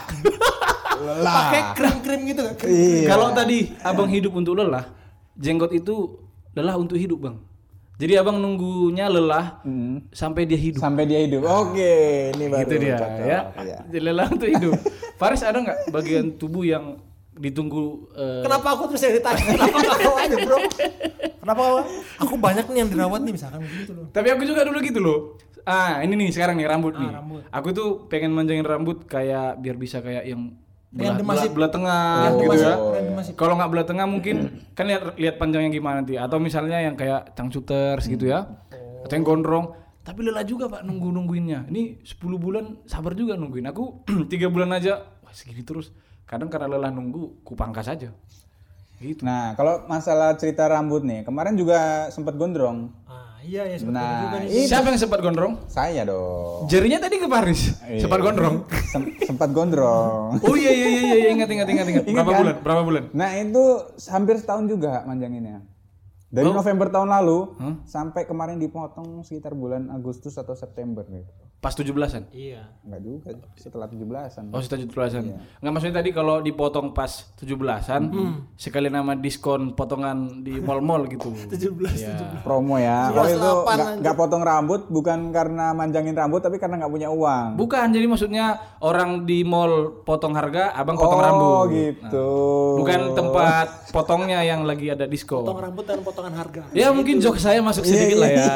Speaker 2: Pakai krim-krim gitu kan.
Speaker 3: Iya.
Speaker 1: Kalau tadi abang hidup untuk lelah, jenggot itu lelah untuk hidup bang. Jadi abang nunggunya lelah sampai dia hidup.
Speaker 3: Sampai dia hidup. Oke, ini baru
Speaker 1: Itu dia
Speaker 3: cocok.
Speaker 1: ya.
Speaker 3: Iya.
Speaker 1: Jadi lelah untuk hidup. Faris ada nggak bagian tubuh yang ditunggu?
Speaker 2: Kenapa aku terus yang ditanya? Kenapa nggak kau aja bro? Kenapa kau? Aku banyak nih yang dirawat nih misalkan gitu loh.
Speaker 1: Tapi aku juga dulu gitu loh. Ini nih sekarang nih rambut nih.
Speaker 2: Rambut.
Speaker 1: Aku tuh pengen manjangin rambut kayak biar bisa kayak yang
Speaker 2: Yang
Speaker 1: belah tengah
Speaker 2: Yang
Speaker 1: gitu
Speaker 2: demasif,
Speaker 1: ya.
Speaker 2: yang demasif.
Speaker 1: Kalau nggak belah tengah mungkin kan lihat panjangnya gimana nanti. Atau misalnya yang kayak cangcuters gitu ya. Atau yang gondrong. Tapi lelah juga pak nungguinnya. Ini 10 bulan sabar juga nungguin. Aku 3 bulan aja. Wah segini terus. Kadang karena lelah nunggu, ku pangkas aja. Gitu.
Speaker 3: Nah, kalau masalah cerita rambut nih, kemarin juga sempat gondrong.
Speaker 2: Iya ya seperti
Speaker 3: Nah,
Speaker 2: juga nih.
Speaker 1: Siapa yang sempat gondrong?
Speaker 3: Saya dong.
Speaker 1: Jarinya tadi ke Paris.
Speaker 3: Iya.
Speaker 1: Sempat gondrong.
Speaker 3: Sempat gondrong.
Speaker 1: Oh iya ingat.
Speaker 3: Ingat
Speaker 1: Berapa
Speaker 3: kan?
Speaker 1: bulan?
Speaker 3: Nah, itu hampir setahun juga manjanginnya. Dari November tahun lalu sampai kemarin dipotong sekitar bulan Agustus atau September gitu.
Speaker 1: Pas 17-an?
Speaker 2: Iya.
Speaker 3: Enggak juga, setelah 17-an.
Speaker 1: Oh setelah 17-an. Enggak maksudnya tadi kalau dipotong pas 17-an sekalian sama diskon potongan di mall-mall gitu.
Speaker 2: 17.
Speaker 3: Promo ya. Oh itu enggak potong rambut bukan karena manjangin rambut tapi karena enggak punya uang.
Speaker 1: Bukan, jadi maksudnya orang di mall potong harga, abang potong rambut.
Speaker 3: Oh gitu.
Speaker 1: Nah, bukan tempat potongnya yang lagi ada diskon.
Speaker 2: Potong rambut dan potongan harga.
Speaker 1: Ya mungkin jokes saya masuk sedikit lah ya.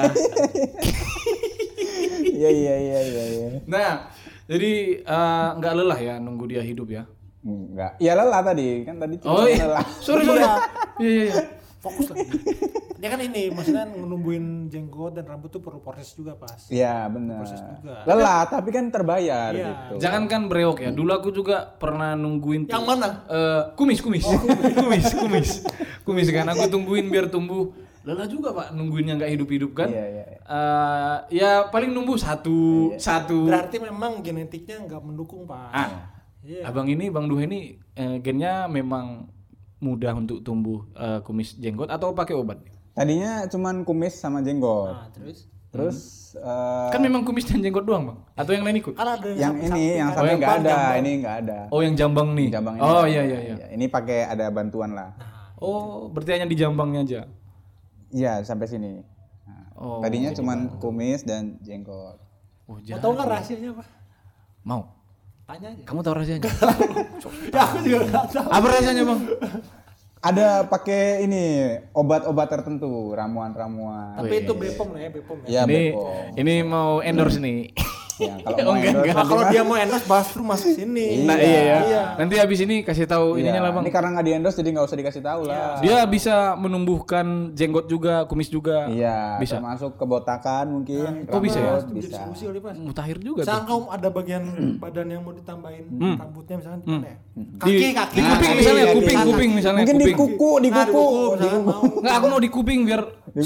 Speaker 3: Iya.
Speaker 1: Nah, jadi nggak lelah ya nunggu dia hidup ya?
Speaker 3: Enggak. Ya lelah tadi, kan tadi cuma
Speaker 1: Oh iya,
Speaker 3: lelah.
Speaker 1: sorry. Iya.
Speaker 2: Fokus lah. Dia kan ini maksudnya numbuhin jenggot dan rambut tuh perlu proses juga pas.
Speaker 3: Iya, benar.
Speaker 2: juga.
Speaker 3: Lelah tapi kan terbayar
Speaker 2: Iya.
Speaker 3: gitu.
Speaker 1: Jangankan brewok ya, dulu aku juga pernah nungguin
Speaker 2: Yang mana?
Speaker 1: Kumis kan aku tungguin biar tumbuh. Lelah juga pak nungguinnya nggak hidup kan?
Speaker 3: Iya.
Speaker 1: Ya paling numbuh satu.
Speaker 2: Berarti memang genetiknya nggak mendukung pak. Iya.
Speaker 1: Abang ini, Bang Duh ini gennya memang mudah untuk tumbuh kumis jenggot atau pakai obat?
Speaker 3: Tadinya cuman kumis sama jenggot.
Speaker 2: Nah,
Speaker 3: Terus
Speaker 1: Kan memang kumis dan jenggot doang bang? Atau yang lain ikut?
Speaker 2: kan ada
Speaker 3: yang ini yang sampai nggak ada, ini nggak ada.
Speaker 1: Oh yang jambang nih?
Speaker 3: Jambang ini
Speaker 1: Oh
Speaker 3: nggak
Speaker 1: iya.
Speaker 3: ada. Ini pakai ada bantuan lah.
Speaker 1: Oh berarti hanya di jambangnya aja?
Speaker 3: Iya sampai sini. Nah,
Speaker 1: Oh,
Speaker 3: tadinya cuman kumis dan jenggot.
Speaker 1: Oh
Speaker 2: Mau tahu nggak rahasianya apa?
Speaker 1: Mau?
Speaker 2: Tanya aja.
Speaker 1: Kamu tahu rahasianya?
Speaker 2: Ya aku juga nggak tahu.
Speaker 1: Apa rahasianya bang?
Speaker 3: Ada pakai ini obat-obat tertentu, ramuan-ramuan.
Speaker 2: Tapi itu Bepom lah ya, Bepom ya.
Speaker 3: Iya,
Speaker 1: Ini
Speaker 3: Bepom.
Speaker 1: ini mau endorse nih.
Speaker 3: Ya, kalau mau
Speaker 1: enggak.
Speaker 3: endorse
Speaker 2: Nah,
Speaker 3: nanti
Speaker 2: kalau
Speaker 3: mah-
Speaker 2: dia mau endorse Basru masuk sini.
Speaker 1: Nah iya ya. Nanti habis ini kasih tahu
Speaker 3: Iya,
Speaker 1: ininya lah bang.
Speaker 3: ini karena nggak di endorse jadi nggak usah dikasih tahu lah.
Speaker 1: Dia bisa menumbuhkan jenggot juga, kumis juga.
Speaker 3: Iya,
Speaker 1: Bisa.
Speaker 3: termasuk kebotakan mungkin.
Speaker 1: kok bisa ya?
Speaker 3: rambut
Speaker 2: Jadi
Speaker 3: Bisa.
Speaker 2: diskusi kali pas.
Speaker 1: Mutakhir juga tuh.
Speaker 2: Misalkan kamu ada bagian badan yang mau ditambahin rambutnya misalkan di mana ya?
Speaker 1: Di kuping
Speaker 3: Kaki,
Speaker 1: misalnya,
Speaker 3: kaki.
Speaker 1: kuping misalnya.
Speaker 3: Mungkin di
Speaker 1: kuping.
Speaker 3: kuku, di
Speaker 2: Nah, di
Speaker 3: kuku.
Speaker 2: kuku, misalkan mau.
Speaker 1: Nggak, aku mau di kuping biar.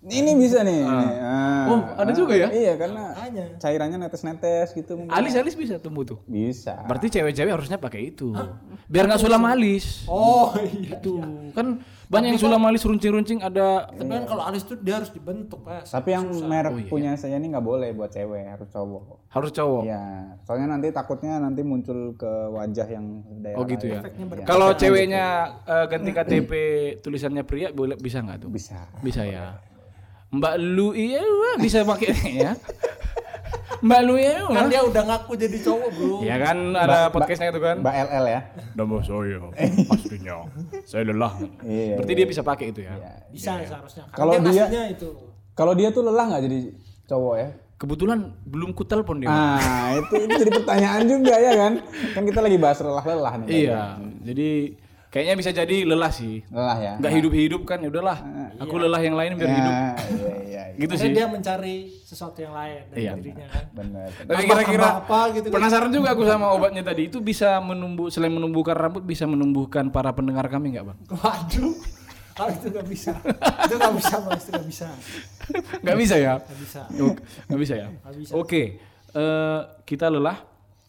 Speaker 3: Ini bisa nih.
Speaker 1: Oh, ada juga ya?
Speaker 3: Iya, karena
Speaker 2: Makanya.
Speaker 3: cairannya netes-netes gitu mungkin.
Speaker 1: Alis bisa tumbuh tuh.
Speaker 3: Bisa.
Speaker 1: Berarti cewek-cewek harusnya pakai itu. Biar nggak sulam alis.
Speaker 2: Oh iya.
Speaker 1: Itu kan banyak yang sulam alis runcing-runcing ada.
Speaker 2: Tapi kan kalau alis tuh dia harus dibentuk, Pak.
Speaker 3: Tapi yang merek punya saya ini nggak boleh buat cewek, harus cowok.
Speaker 1: Harus cowok.
Speaker 3: Iya, soalnya nanti takutnya nanti muncul ke wajah yang daerah.
Speaker 1: Oh gitu ya.
Speaker 3: Iya.
Speaker 1: Kalau ceweknya ganti KTP tulisannya pria boleh bisa nggak tuh?
Speaker 3: Bisa.
Speaker 1: Bisa ya. Mbak Lu iya bisa pakai ya. Mbak Lu ya.
Speaker 2: Kan dia udah ngaku jadi cowok, Bro.
Speaker 1: Ya kan ada podcastnya itu kan.
Speaker 3: Mbak LL ya.
Speaker 1: Nama saya pastinya. Saya lelah.
Speaker 3: Iya,
Speaker 1: Berarti dia bisa pakai itu ya.
Speaker 2: Bisa seharusnya.
Speaker 3: Kalau
Speaker 2: Karena
Speaker 3: dia-
Speaker 2: aslinya itu.
Speaker 3: Kalau dia tuh lelah nggak jadi cowok ya?
Speaker 1: Kebetulan belum ku telepon dia.
Speaker 3: Ah, itu jadi pertanyaan juga ya kan? Kan kita lagi bahas lelah-lelah nih.
Speaker 1: Iya. Jadi kayaknya bisa jadi lelah sih.
Speaker 3: Lelah ya.
Speaker 1: Nggak hidup-hidup kan ya udahlah. Aku lelah yang lain biar hidup.
Speaker 3: Iya.
Speaker 1: Gitu
Speaker 2: Karena
Speaker 1: sih.
Speaker 2: dia mencari sesuatu yang lain dari
Speaker 1: Iya.
Speaker 2: dirinya kan.
Speaker 3: Benar.
Speaker 1: Tapi kira-kira
Speaker 2: apa gitu kan.
Speaker 1: penasaran juga aku sama obatnya tadi. Itu bisa selain menumbuhkan rambut bisa menumbuhkan para pendengar kami nggak bang?
Speaker 2: Waduh. Kalau itu nggak bisa. Itu nggak bisa, Mas. Itu nggak bisa.
Speaker 1: Nggak bisa ya?
Speaker 2: Nggak bisa.
Speaker 1: Nggak bisa ya?
Speaker 2: Nggak bisa.
Speaker 1: Oke. Kita lelah.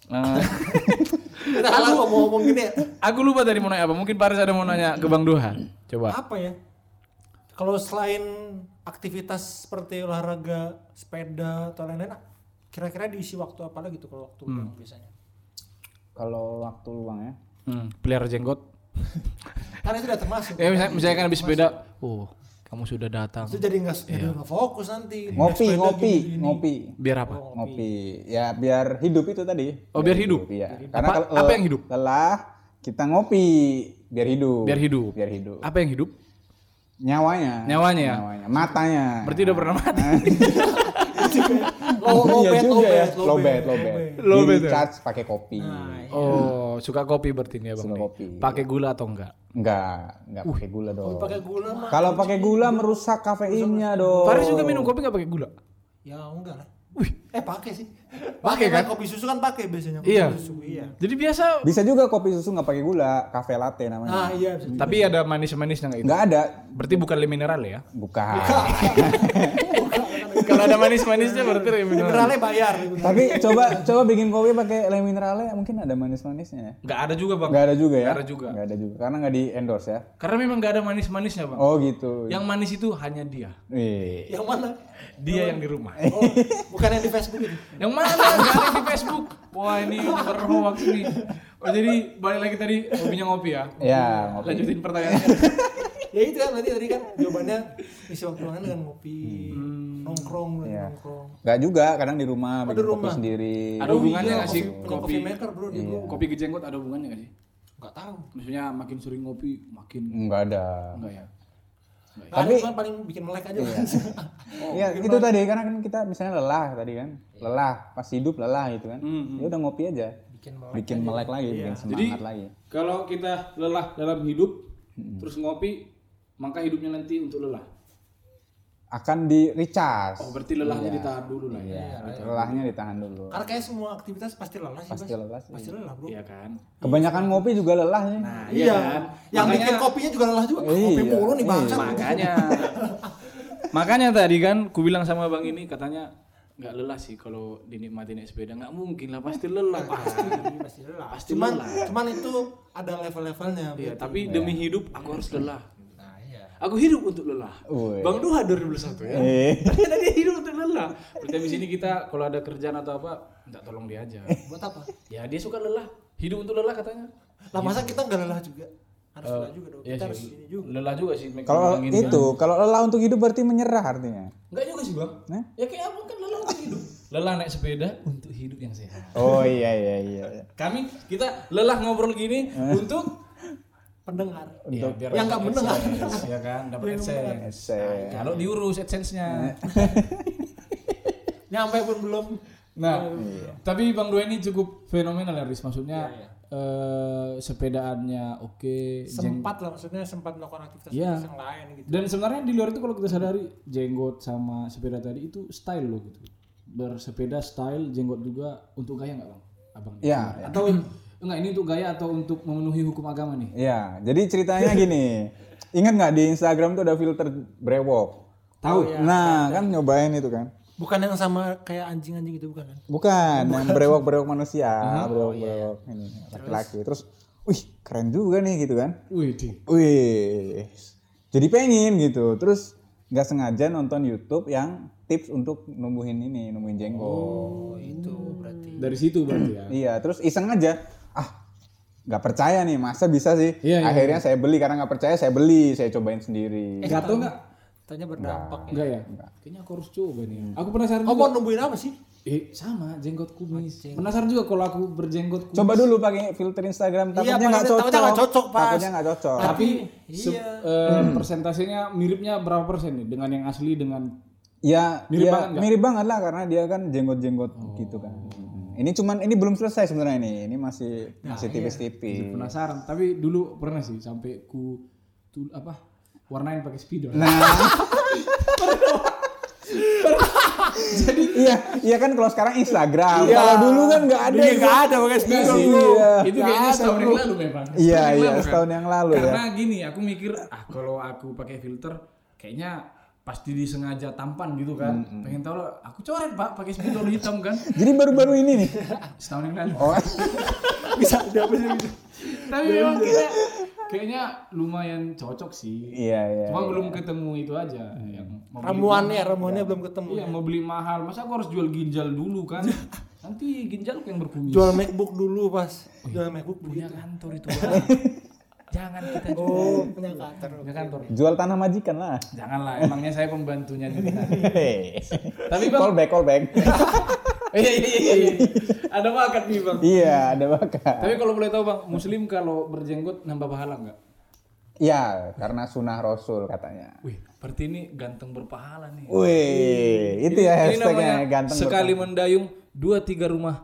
Speaker 2: Kita kalau ngomong gini ya.
Speaker 1: Aku lupa tadi mau nanya apa. Mungkin Paris ada mau nanya ke Bang Duhan. Coba.
Speaker 2: Apa ya? Kalau selain aktivitas seperti olahraga, sepeda atau lain-lain, kira-kira diisi waktu apa lagi tuh kalau waktu luang biasanya?
Speaker 3: Kalau waktu luang ya.
Speaker 1: Pelihara jenggot.
Speaker 2: Karena itu udah termasuk.
Speaker 1: Ya misalnya kan habis sepeda. Oh, kamu sudah datang.
Speaker 2: Itu jadi nggak fokus nanti.
Speaker 3: Ngopi.
Speaker 1: Biar apa?
Speaker 3: Ngopi. Ya biar hidup itu tadi.
Speaker 1: Oh, biar hidup?
Speaker 3: Iya. Karena
Speaker 1: Apa-
Speaker 3: kalau
Speaker 1: apa yang hidup?
Speaker 3: Lelah, kita ngopi biar hidup.
Speaker 1: Biar hidup.
Speaker 3: Biar hidup.
Speaker 1: Apa yang hidup?
Speaker 3: Nyawanya
Speaker 1: Ya?
Speaker 3: Matanya.
Speaker 1: Berarti udah pernah mati.
Speaker 3: Iya juga ya. Low bed.
Speaker 1: Low bed ya?
Speaker 3: Charge pakai kopi.
Speaker 1: Oh, suka kopi berarti nih ya Bang.
Speaker 3: Suka
Speaker 1: nih?
Speaker 3: kopi.
Speaker 1: Pakai gula atau enggak?
Speaker 3: Enggak pakai gula dong.
Speaker 2: Pakai gula mah.
Speaker 3: Kalau pakai gula merusak kafeinnya dong.
Speaker 1: Faris juga minum kopi enggak pakai gula?
Speaker 2: Ya enggak lah.
Speaker 1: Wih,
Speaker 2: Pakai sih.
Speaker 1: Pakai kan?
Speaker 2: Kopi susu kan pakai biasanya. Kopi
Speaker 1: Iya.
Speaker 2: Susu, iya.
Speaker 1: Jadi biasa.
Speaker 3: Bisa juga kopi susu nggak pakai gula, cafe latte namanya.
Speaker 2: Ah iya bisa.
Speaker 1: Tapi ada manis-manisnya enggak itu?
Speaker 3: Nggak ada.
Speaker 1: Berarti bukan le mineral ya?
Speaker 3: Bukan.
Speaker 1: Kalau ada manis-manisnya berarti le mineral.
Speaker 2: Mineralnya bayar.
Speaker 3: Tapi coba bikin kopi pakai le minerale mungkin ada manis-manisnya.
Speaker 1: Enggak ada juga, Bang.
Speaker 3: Nggak ada juga ya?
Speaker 1: Nggak ada juga.
Speaker 3: Nggak ada juga. Karena nggak di endorse ya.
Speaker 1: Karena memang enggak ada manis-manisnya, Bang.
Speaker 3: Oh gitu.
Speaker 1: Yang manis itu hanya dia.
Speaker 3: Wih.
Speaker 2: Yang mana?
Speaker 1: Dia yang di rumah.
Speaker 2: Oh, bukan yang di Facebook itu.
Speaker 1: Yang mana? Enggak ada di Facebook. Wah, ini berhoax nih. Oh, jadi balik lagi tadi hobinya ngopi ya.
Speaker 3: Ya, ngopi.
Speaker 1: Lanjutin pertanyaannya.
Speaker 2: Ya itu kan tadi kan jawabannya isi waktu luangnya dengan ngopi, nongkrong.
Speaker 3: Iya. Nggak juga, kadang di rumah bikin kopi
Speaker 2: rumah.
Speaker 3: sendiri.
Speaker 1: Ada hubungannya nggak sih
Speaker 2: Punya
Speaker 1: kopi?
Speaker 2: coffee maker bro dia bro.
Speaker 1: Kopi kejenggot ada hubungannya nggak sih?
Speaker 2: Nggak tahu.
Speaker 1: Maksudnya makin sering ngopi makin
Speaker 3: Nggak ada.
Speaker 1: enggak ya?
Speaker 2: Tapi cuma paling bikin melek aja.
Speaker 3: Iya, itu tadi karena kan kita misalnya lelah tadi kan. Lelah, pas hidup lelah gitu kan. Ya udah ngopi aja. Bikin melek lagi, bikin semangat lagi.
Speaker 1: Kalau kita lelah dalam hidup terus ngopi, maka hidupnya nanti untuk lelah.
Speaker 3: Akan di recharge.
Speaker 1: Oh, berarti lelahnya ditahan dulu lah ya.
Speaker 3: Iya, lelahnya ditahan dulu.
Speaker 2: Karena kayak semua aktivitas pasti lelah sih.
Speaker 3: Pasti
Speaker 2: Bas.
Speaker 3: lelah sih.
Speaker 2: Pasti lelah bro.
Speaker 1: Iya kan?
Speaker 3: Kebanyakan ngopi juga lelah ya.
Speaker 1: Nah,
Speaker 2: Iya.
Speaker 1: kan?
Speaker 2: Yang
Speaker 1: Makanya-
Speaker 2: bikin kopinya juga lelah juga. Kopi
Speaker 3: Iya.
Speaker 2: mulu nih bangsa.
Speaker 1: Makanya tadi kan ku bilang sama Bang ini katanya nggak lelah sih kalau dinikmati naik sepeda, nggak mungkin lah, pasti lelah.
Speaker 2: Pasti lelah. Cuman itu ada level-levelnya.
Speaker 1: Iya, tapi demi hidup aku harus lelah.
Speaker 2: Nah iya.
Speaker 1: Aku hidup untuk lelah.
Speaker 3: Woi.
Speaker 1: Bang Duha 2021 ya. Ternyata dia hidup untuk lelah. Berarti di sini kita kalau ada kerjaan atau apa, minta tolong dia aja.
Speaker 2: Buat apa?
Speaker 1: Ya dia suka lelah. Hidup untuk lelah katanya.
Speaker 2: Lah masa kita nggak lelah juga? Harus lelah juga dong.
Speaker 1: Iya
Speaker 2: Kita
Speaker 1: sih.
Speaker 2: harus ini juga.
Speaker 1: Lelah juga sih.
Speaker 3: Kalau
Speaker 1: Bilang
Speaker 3: itu, kalau lelah untuk hidup berarti menyerah artinya.
Speaker 1: Enggak juga sih Bang.
Speaker 3: Nah?
Speaker 1: Ya kayak apa kan lelah untuk hidup. Lelah naik sepeda untuk hidup yang sehat.
Speaker 3: Oh iya.
Speaker 1: Kita lelah ngobrol gini untuk
Speaker 2: Pendengar.
Speaker 1: ya, biar
Speaker 2: Yang nggak mendengar.
Speaker 1: ya kan dapat AdSense.
Speaker 3: Ese.
Speaker 1: Kalau diurus AdSense-nya.
Speaker 2: Nyampe pun belum.
Speaker 1: Nah, tapi Bang Dua ini cukup fenomenal ya, Riz. Maksudnya sepedaannya oke,
Speaker 2: Sempat lah maksudnya sempat melakukan aktivitas
Speaker 1: Iya.
Speaker 2: yang lain gitu.
Speaker 1: dan sebenarnya di luar itu kalau kita sadari jenggot sama sepeda tadi itu style loh gitu. Bersepeda style, jenggot juga untuk gaya nggak Bang? Abang?
Speaker 3: Iya.
Speaker 1: Atau enggak ini untuk gaya atau untuk memenuhi hukum agama nih?
Speaker 3: Iya, jadi ceritanya gini. Ingat nggak di Instagram tuh ada filter brewok?
Speaker 1: Tahu?
Speaker 3: Nah, kan nyobain itu kan.
Speaker 2: Bukan yang sama kayak anjing-anjing gitu bukan kan?
Speaker 3: Bukan, yang berewok-berewok manusia, berewok-berewok ini laki-laki. Terus, wih keren juga nih gitu kan. Wih, jadi pengen gitu. Terus nggak sengaja nonton YouTube yang tips untuk numbuhin jenggot.
Speaker 2: Oh, itu berarti.
Speaker 1: Dari situ berarti ya.
Speaker 3: Iya, terus iseng aja. Nggak percaya nih, masa bisa sih?
Speaker 1: Iya,
Speaker 3: Akhirnya saya beli, karena nggak percaya saya beli, saya cobain sendiri.
Speaker 1: Gatel nggak?
Speaker 2: Tanya berdampak ya.
Speaker 1: Enggak ya? Kayaknya aku harus coba nih. Aku penasaran
Speaker 2: Kamu
Speaker 1: juga.
Speaker 2: mau numbuhin apa sih?
Speaker 1: Sama jenggot kumis. Penasaran juga kalau aku berjenggot kumis.
Speaker 3: Coba dulu pakai filter Instagram, takutnya nggak cocok.
Speaker 2: Takutnya nggak cocok, Pas.
Speaker 3: Takutnya nggak cocok.
Speaker 1: Tapi
Speaker 2: Iya.
Speaker 1: persentasenya miripnya berapa persen nih dengan yang asli dengan
Speaker 3: Ya,
Speaker 1: Mirip banget nggak?
Speaker 3: mirip banget lah karena dia kan jenggot-jenggot gitu kan. Ini belum selesai sebenarnya ini. Ini masih tipis-tipis.
Speaker 1: penasaran. Tapi dulu pernah sih sampai warnain pakai spidol.
Speaker 3: Jadi iya kan kalau sekarang Instagram. Kalau dulu kan nggak ada.
Speaker 2: Dulu nggak ada pakai spidol.
Speaker 3: Iya.
Speaker 1: Itu kayaknya setahun yang lalu memang.
Speaker 3: Iya,
Speaker 1: Setahun
Speaker 3: setahun yang lalu ya.
Speaker 1: Karena gini, aku mikir kalau aku pakai filter kayaknya pasti disengaja tampan gitu kan. Pengen tahu aku coret Pak pakai spidol hitam kan.
Speaker 3: Jadi baru-baru ini nih.
Speaker 1: Setahun yang lalu.
Speaker 3: Oh,
Speaker 2: Bisa dapet gitu.
Speaker 1: Tapi memang kayaknya lumayan cocok sih.
Speaker 3: iya.
Speaker 1: Cuma belum ketemu itu aja yang mau beli
Speaker 2: Ramuannya belum ketemu.
Speaker 1: Iya, mau beli mahal. Masa aku harus jual ginjal dulu kan? Nanti ginjalku yang berkumis.
Speaker 2: Jual MacBook dulu Pas. Jual MacBook
Speaker 1: punya
Speaker 2: begitu.
Speaker 1: kantor itu. Jangan kita jual.
Speaker 2: Oh, punya kantor.
Speaker 1: Punya kantor.
Speaker 3: jual tanah majikan lah.
Speaker 1: Janganlah, emangnya saya pembantunya nih. Tapi Bang,
Speaker 3: Callback.
Speaker 1: iya. Ada bakat nih Bang.
Speaker 3: Iya, ada bakat.
Speaker 1: Tapi kalau boleh tahu Bang, Muslim kalau berjenggot nambah pahala nggak?
Speaker 3: Iya, karena sunnah Rasul katanya.
Speaker 1: Wih, berarti ini ganteng berpahala nih.
Speaker 3: Wih, itu ya
Speaker 1: Ini
Speaker 3: hashtagnya
Speaker 1: namanya
Speaker 3: ganteng.
Speaker 1: sekali mendayung 2-3 rumah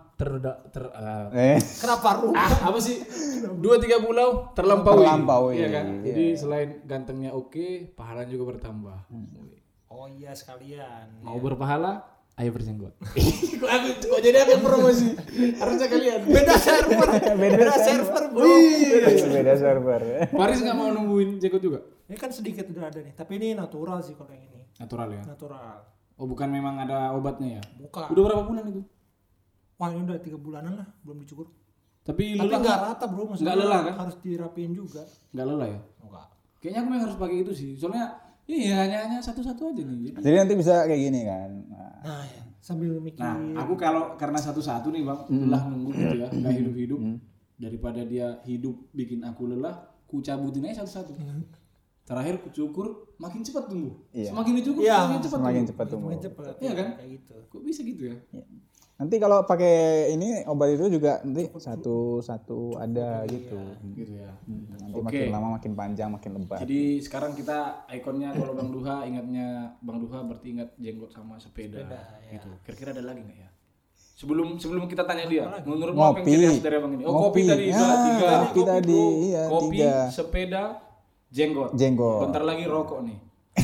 Speaker 2: Kenapa rumah?
Speaker 1: apa sih 2-3 pulau terlampaui.
Speaker 3: Terlampaui,
Speaker 1: Iya kan?
Speaker 3: iya.
Speaker 1: Jadi selain gantengnya oke, pahalanya juga bertambah.
Speaker 2: Oh iya sekalian.
Speaker 1: Mau berpahala, ayo berjenggot. Kok jadi aku promosi? Harusnya kalian.
Speaker 2: Beda server. Beda server, Bro.
Speaker 3: Beda server.
Speaker 1: Paris nggak mau nungguin jenggot juga?
Speaker 2: Ini kan sedikit udah ada nih, tapi ini natural sih kalau yang ini.
Speaker 1: Natural ya.
Speaker 2: Natural.
Speaker 1: Oh bukan memang ada obatnya ya?
Speaker 2: Bukan.
Speaker 1: Udah berapa bulan itu?
Speaker 2: Wah, ini udah 3 bulanan lah, belum dicukur.
Speaker 1: Tapi
Speaker 2: Tapi
Speaker 1: lelah
Speaker 2: nggak rata, Bro. Maksudnya
Speaker 1: nggak lelah, kan?
Speaker 2: Harus dirapiin juga.
Speaker 1: nggak lelah ya?
Speaker 2: Enggak.
Speaker 1: Kayaknya aku memang harus pakai itu sih. Soalnya iya hanya satu-satu aja nih.
Speaker 3: Jadi nanti bisa kayak gini kan.
Speaker 2: Nah, ya. Sambil mikir.
Speaker 1: Nah, aku kalau karena satu-satu nih Bang, lelah nunggu gitu ya, nggak hidup-hidup. Daripada dia hidup bikin aku lelah, ku cabutin aja satu-satu. Terakhir ku cukur, makin cepat tumbuh.
Speaker 3: Iya.
Speaker 1: Semakin dicukur,
Speaker 2: Iya,
Speaker 1: semakin cepat
Speaker 3: Semakin
Speaker 1: tumbuh.
Speaker 3: cepat tumbuh.
Speaker 2: cepet.
Speaker 1: Iya kan?
Speaker 2: Kayak gitu.
Speaker 1: Kok bisa gitu ya?
Speaker 3: Nanti kalau pakai ini obat itu juga nanti satu ada gitu.
Speaker 1: Gitu ya.
Speaker 3: Nanti makin lama makin panjang makin lebat.
Speaker 1: Jadi sekarang kita ikonnya kalau Bang Duha ingatnya Bang Duha berarti ingat jenggot sama sepeda gitu. Kira-kira ada lagi nggak ya? Sebelum kita tanya dia, menurut apa yang ciri khas dari Abang ini? Oh, kopi tadi,
Speaker 3: Ya,
Speaker 1: tiga.
Speaker 3: kopi tadi, iya,
Speaker 1: Kopi,
Speaker 3: 3.
Speaker 1: sepeda, jenggot.
Speaker 3: Jenggot.
Speaker 1: Bentar lagi rokok nih.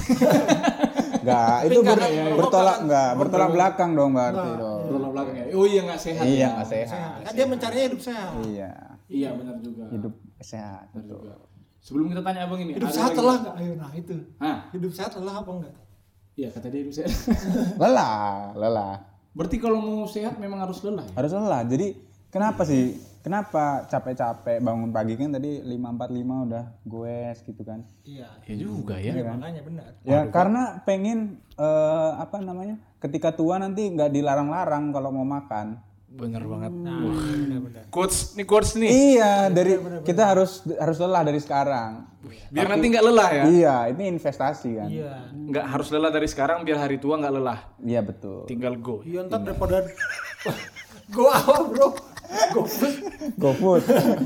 Speaker 3: Enggak, itu bertolak belakang dong berarti dong.
Speaker 1: Bertolak belakang ya. Oh iya nggak sehat.
Speaker 3: Iya,
Speaker 1: ya.
Speaker 3: nggak sehat.
Speaker 2: Kan dia mencarinya hidup sehat.
Speaker 3: Iya,
Speaker 1: Iya benar juga.
Speaker 3: hidup sehat.
Speaker 1: Benar juga. Sebelum kita tanya Abang ini,
Speaker 2: Hidup
Speaker 1: ada
Speaker 2: sehat
Speaker 1: lagi?
Speaker 2: lelah nggak? Ayo, nah itu.
Speaker 1: Hah?
Speaker 2: Hidup sehat lelah apa enggak?
Speaker 1: Iya kata dia hidup sehat.
Speaker 3: Lelah.
Speaker 1: Berarti kalau mau sehat memang harus lelah ya?
Speaker 3: Harus lelah. Jadi kenapa sih? Kenapa capek-capek bangun pagi kan tadi 5:45 udah goes gitu kan?
Speaker 2: Iya.
Speaker 1: Ya juga ya.
Speaker 2: Makanya benar.
Speaker 3: Ya karena pengen ketika tua nanti nggak dilarang-larang kalau mau makan.
Speaker 1: Bener banget.
Speaker 2: Benar.
Speaker 1: Quotes nih.
Speaker 3: Iya, kita harus lelah dari sekarang.
Speaker 1: Biar nanti nggak lelah ya.
Speaker 3: Iya, ini investasi kan.
Speaker 2: Iya.
Speaker 1: Nggak harus lelah dari sekarang biar hari tua nggak lelah.
Speaker 3: Iya betul.
Speaker 1: Tinggal go.
Speaker 2: Iya ntar daripada go apa bro?
Speaker 3: GoFood.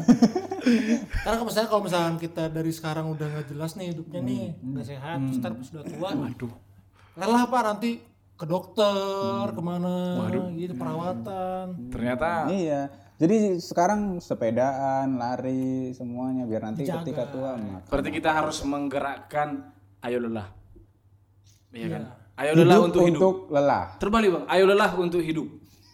Speaker 2: Karena kalau misalkan kita dari sekarang udah nggak jelas nih hidupnya nih, nggak sehat, terus ntar pas udah tua,
Speaker 1: Waduh.
Speaker 2: lelah apa nanti ke dokter, kemana, gitu perawatan.
Speaker 1: Ternyata
Speaker 3: Iya. Jadi sekarang sepedaan, lari semuanya biar nanti
Speaker 2: Dijaga.
Speaker 3: ketika tua makan.
Speaker 1: berarti kita harus menggerakkan ayo lelah. Iya kan? Ayo lelah untuk hidup.
Speaker 3: Untuk lelah.
Speaker 1: Terbalik Bang, ayo lelah untuk hidup.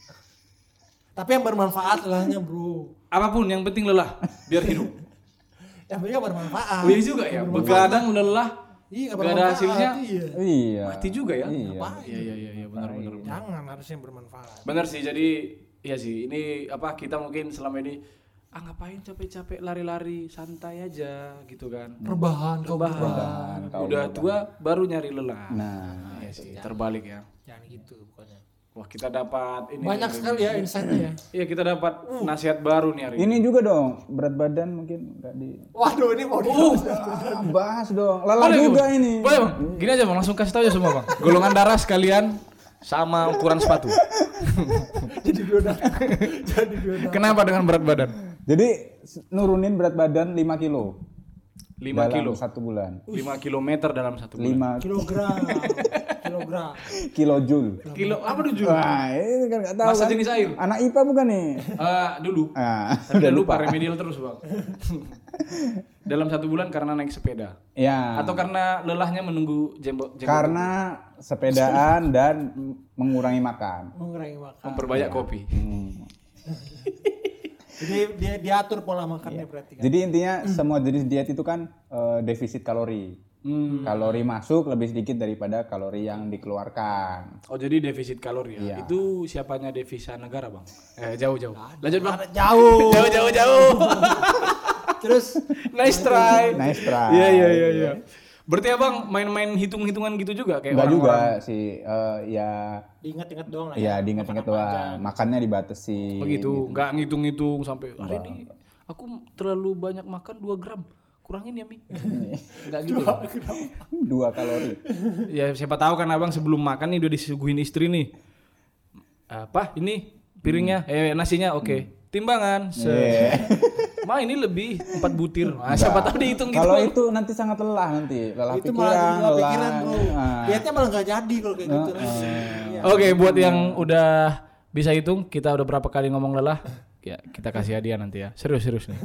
Speaker 2: Tapi yang bermanfaat lelahnya bro.
Speaker 1: Apapun yang penting lelah biar hidup.
Speaker 2: Yang penting bermanfaat.
Speaker 1: Oh iya juga ya. Begadang lelah
Speaker 2: Iya,
Speaker 1: Nggak ada hasilnya.
Speaker 3: Iya.
Speaker 1: Mati juga ya.
Speaker 3: Iya.
Speaker 1: Iya benar.
Speaker 2: Jangan, harusnya bermanfaat.
Speaker 1: Benar sih. Jadi iya sih, ini apa kita mungkin selama ini ngapain capek-capek lari-lari, santai aja gitu kan.
Speaker 2: Rebahan.
Speaker 1: Udah tua baru nyari lelah.
Speaker 3: Nah,
Speaker 1: Iya sih, terbalik ya.
Speaker 2: Jangan gitu pokoknya.
Speaker 1: Wah, kita dapat ini.
Speaker 2: Banyak sekali ya insight-nya.
Speaker 1: Iya, kita dapat nasihat baru nih hari ini.
Speaker 3: ini juga dong berat badan mungkin nggak di.
Speaker 2: Waduh, ini mau
Speaker 3: Bahas dong. Lelah juga
Speaker 1: Bang.
Speaker 3: ini.
Speaker 1: Boleh Bang, gini aja Bang, langsung kasih tahu aja semua Bang. Golongan darah sekalian sama ukuran sepatu.
Speaker 2: jadi dua.
Speaker 1: Kenapa dengan berat badan?
Speaker 3: Jadi nurunin berat badan 5 kilo.
Speaker 1: 5
Speaker 3: dalam
Speaker 1: kilo.
Speaker 3: 1 bulan.
Speaker 1: 5 kilometer dalam 1 bulan.
Speaker 3: 5
Speaker 2: kilogram.
Speaker 3: kilojoule.
Speaker 1: Kilo apa tuh Jul?
Speaker 3: Wah, ini kan enggak tahu.
Speaker 1: Masa
Speaker 3: kan.
Speaker 1: jenis air?
Speaker 3: Anak IPA bukan nih?
Speaker 1: Dulu. Tapi udah lupa remedial terus Bang. Dalam 1 bulan karena naik sepeda.
Speaker 3: Ya.
Speaker 1: Atau karena lelahnya menunggu jembot.
Speaker 3: Karena sepedaan dan mengurangi makan.
Speaker 1: Memperbanyak kopi.
Speaker 2: Jadi dia diatur pola makannya berarti kan.
Speaker 3: Jadi intinya semua jenis diet itu kan defisit kalori. Kalori masuk lebih sedikit daripada kalori yang dikeluarkan.
Speaker 1: Oh, jadi defisit kalori ya.
Speaker 3: Iya.
Speaker 1: Itu siapanya devisa negara Bang? Jauh. Lanjut Bang.
Speaker 2: Jauh.
Speaker 1: Terus nice try. Iya. Berarti Abang main-main hitung-hitungan gitu juga kayak
Speaker 3: Enggak juga
Speaker 1: orang-orang.
Speaker 3: sih, ya
Speaker 2: Diingat-ingat doang lah
Speaker 3: ya diingat-ingat doang. Makannya dibatasi.
Speaker 1: Begitu, nggak ngitung-ngitung sampai hari ini aku terlalu banyak makan 2 gram. Kurangin ya Mi. Enggak gitu.
Speaker 3: 2 kalori.
Speaker 1: Ya siapa tahu kan Abang sebelum makan nih udah disuguhin istri nih. Apa ini piringnya? Nasinya oke. Timbangan. Ma ini lebih 4 butir. Siapa tahu dihitung gitu.
Speaker 3: Kalau
Speaker 1: Bang.
Speaker 3: itu nanti sangat lelah nanti. Lelah
Speaker 2: itu
Speaker 3: pikiran,
Speaker 2: malah pikiran bro.
Speaker 3: Nah.
Speaker 2: Dietnya malah nggak jadi kalau kayak gitu.
Speaker 1: Oke, buat yang udah bisa hitung, kita udah berapa kali ngomong lelah, ya kita kasih hadiah nanti ya. Serius nih.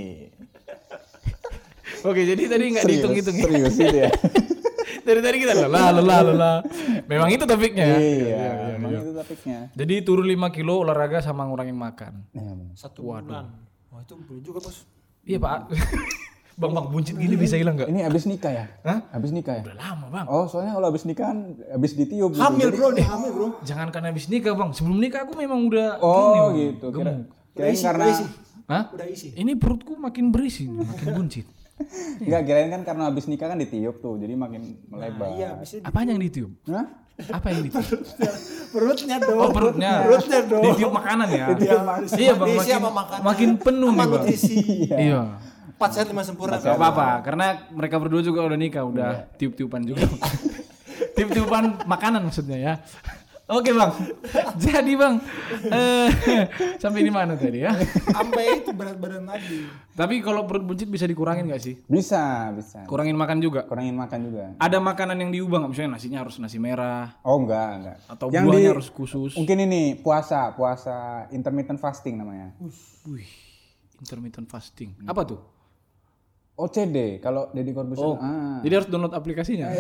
Speaker 1: Oke, jadi tadi nggak dihitung-hitung ya.
Speaker 3: Serius itu ya.
Speaker 1: Dari tadi kita lelah. Memang itu topiknya ya.
Speaker 3: Iya, memang itu topiknya.
Speaker 1: Jadi turun 5 kilo olahraga sama ngurangin makan.
Speaker 2: 1 bulan. Wah itu boleh juga bos.
Speaker 1: Iya Pak. Bang buncit gini bisa hilang nggak?
Speaker 3: Ini abis nikah ya?
Speaker 1: Hah?
Speaker 3: Abis nikah ya?
Speaker 1: Udah lama Bang.
Speaker 3: Oh, soalnya kalau abis nikah kan abis ditiup gitu.
Speaker 2: Hamil
Speaker 3: Jadi-
Speaker 2: bro, dia hamil bro.
Speaker 1: Jangan karena habis nikah Bang. Sebelum nikah aku memang udah
Speaker 3: Oh,
Speaker 1: gini,
Speaker 3: gitu.
Speaker 1: Bang.
Speaker 3: Kirain karena
Speaker 1: Hah?
Speaker 2: Udah isi.
Speaker 1: Ini perutku makin berisi, nih, makin buncit.
Speaker 3: enggak kirain kan karena abis nikah kan ditiup tuh, jadi makin melebar.
Speaker 2: Iya, bisa
Speaker 1: Apa yang ditiup?
Speaker 3: Hah?
Speaker 1: Apa yang ditiup?
Speaker 2: perutnya dong.
Speaker 1: Oh perutnya.
Speaker 2: Perutnya dong.
Speaker 1: Ditiup makanan ya. Iya Bang,
Speaker 2: Diisi
Speaker 1: makin,
Speaker 2: sama makanan.
Speaker 1: makin penuh nih
Speaker 2: Sama
Speaker 1: Bang.
Speaker 2: nutrisi.
Speaker 1: Iya.
Speaker 2: 4 sehat 5 sempurna.
Speaker 1: Gak apa-apa, karena mereka berdua juga udah nikah, udah tiup-tiupan juga. Tiup-tiupan makanan maksudnya ya. Oke Bang, jadi Bang, sampai di mana tadi ya?
Speaker 2: Sampai itu berat badan tadi.
Speaker 1: Tapi kalau perut buncit bisa dikurangin gak sih?
Speaker 3: Bisa.
Speaker 1: Kurangin makan juga?
Speaker 3: Kurangin makan juga.
Speaker 1: Ada makanan yang diubah nggak? Misalnya nasinya harus nasi merah,
Speaker 3: Oh, enggak.
Speaker 1: atau
Speaker 3: Yang
Speaker 1: buahnya harus khusus?
Speaker 3: Mungkin ini puasa intermittent fasting namanya.
Speaker 1: Wih, intermittent fasting. Apa tuh?
Speaker 3: OCD kalau Deddy Corbuzier.
Speaker 1: Jadi harus download aplikasinya.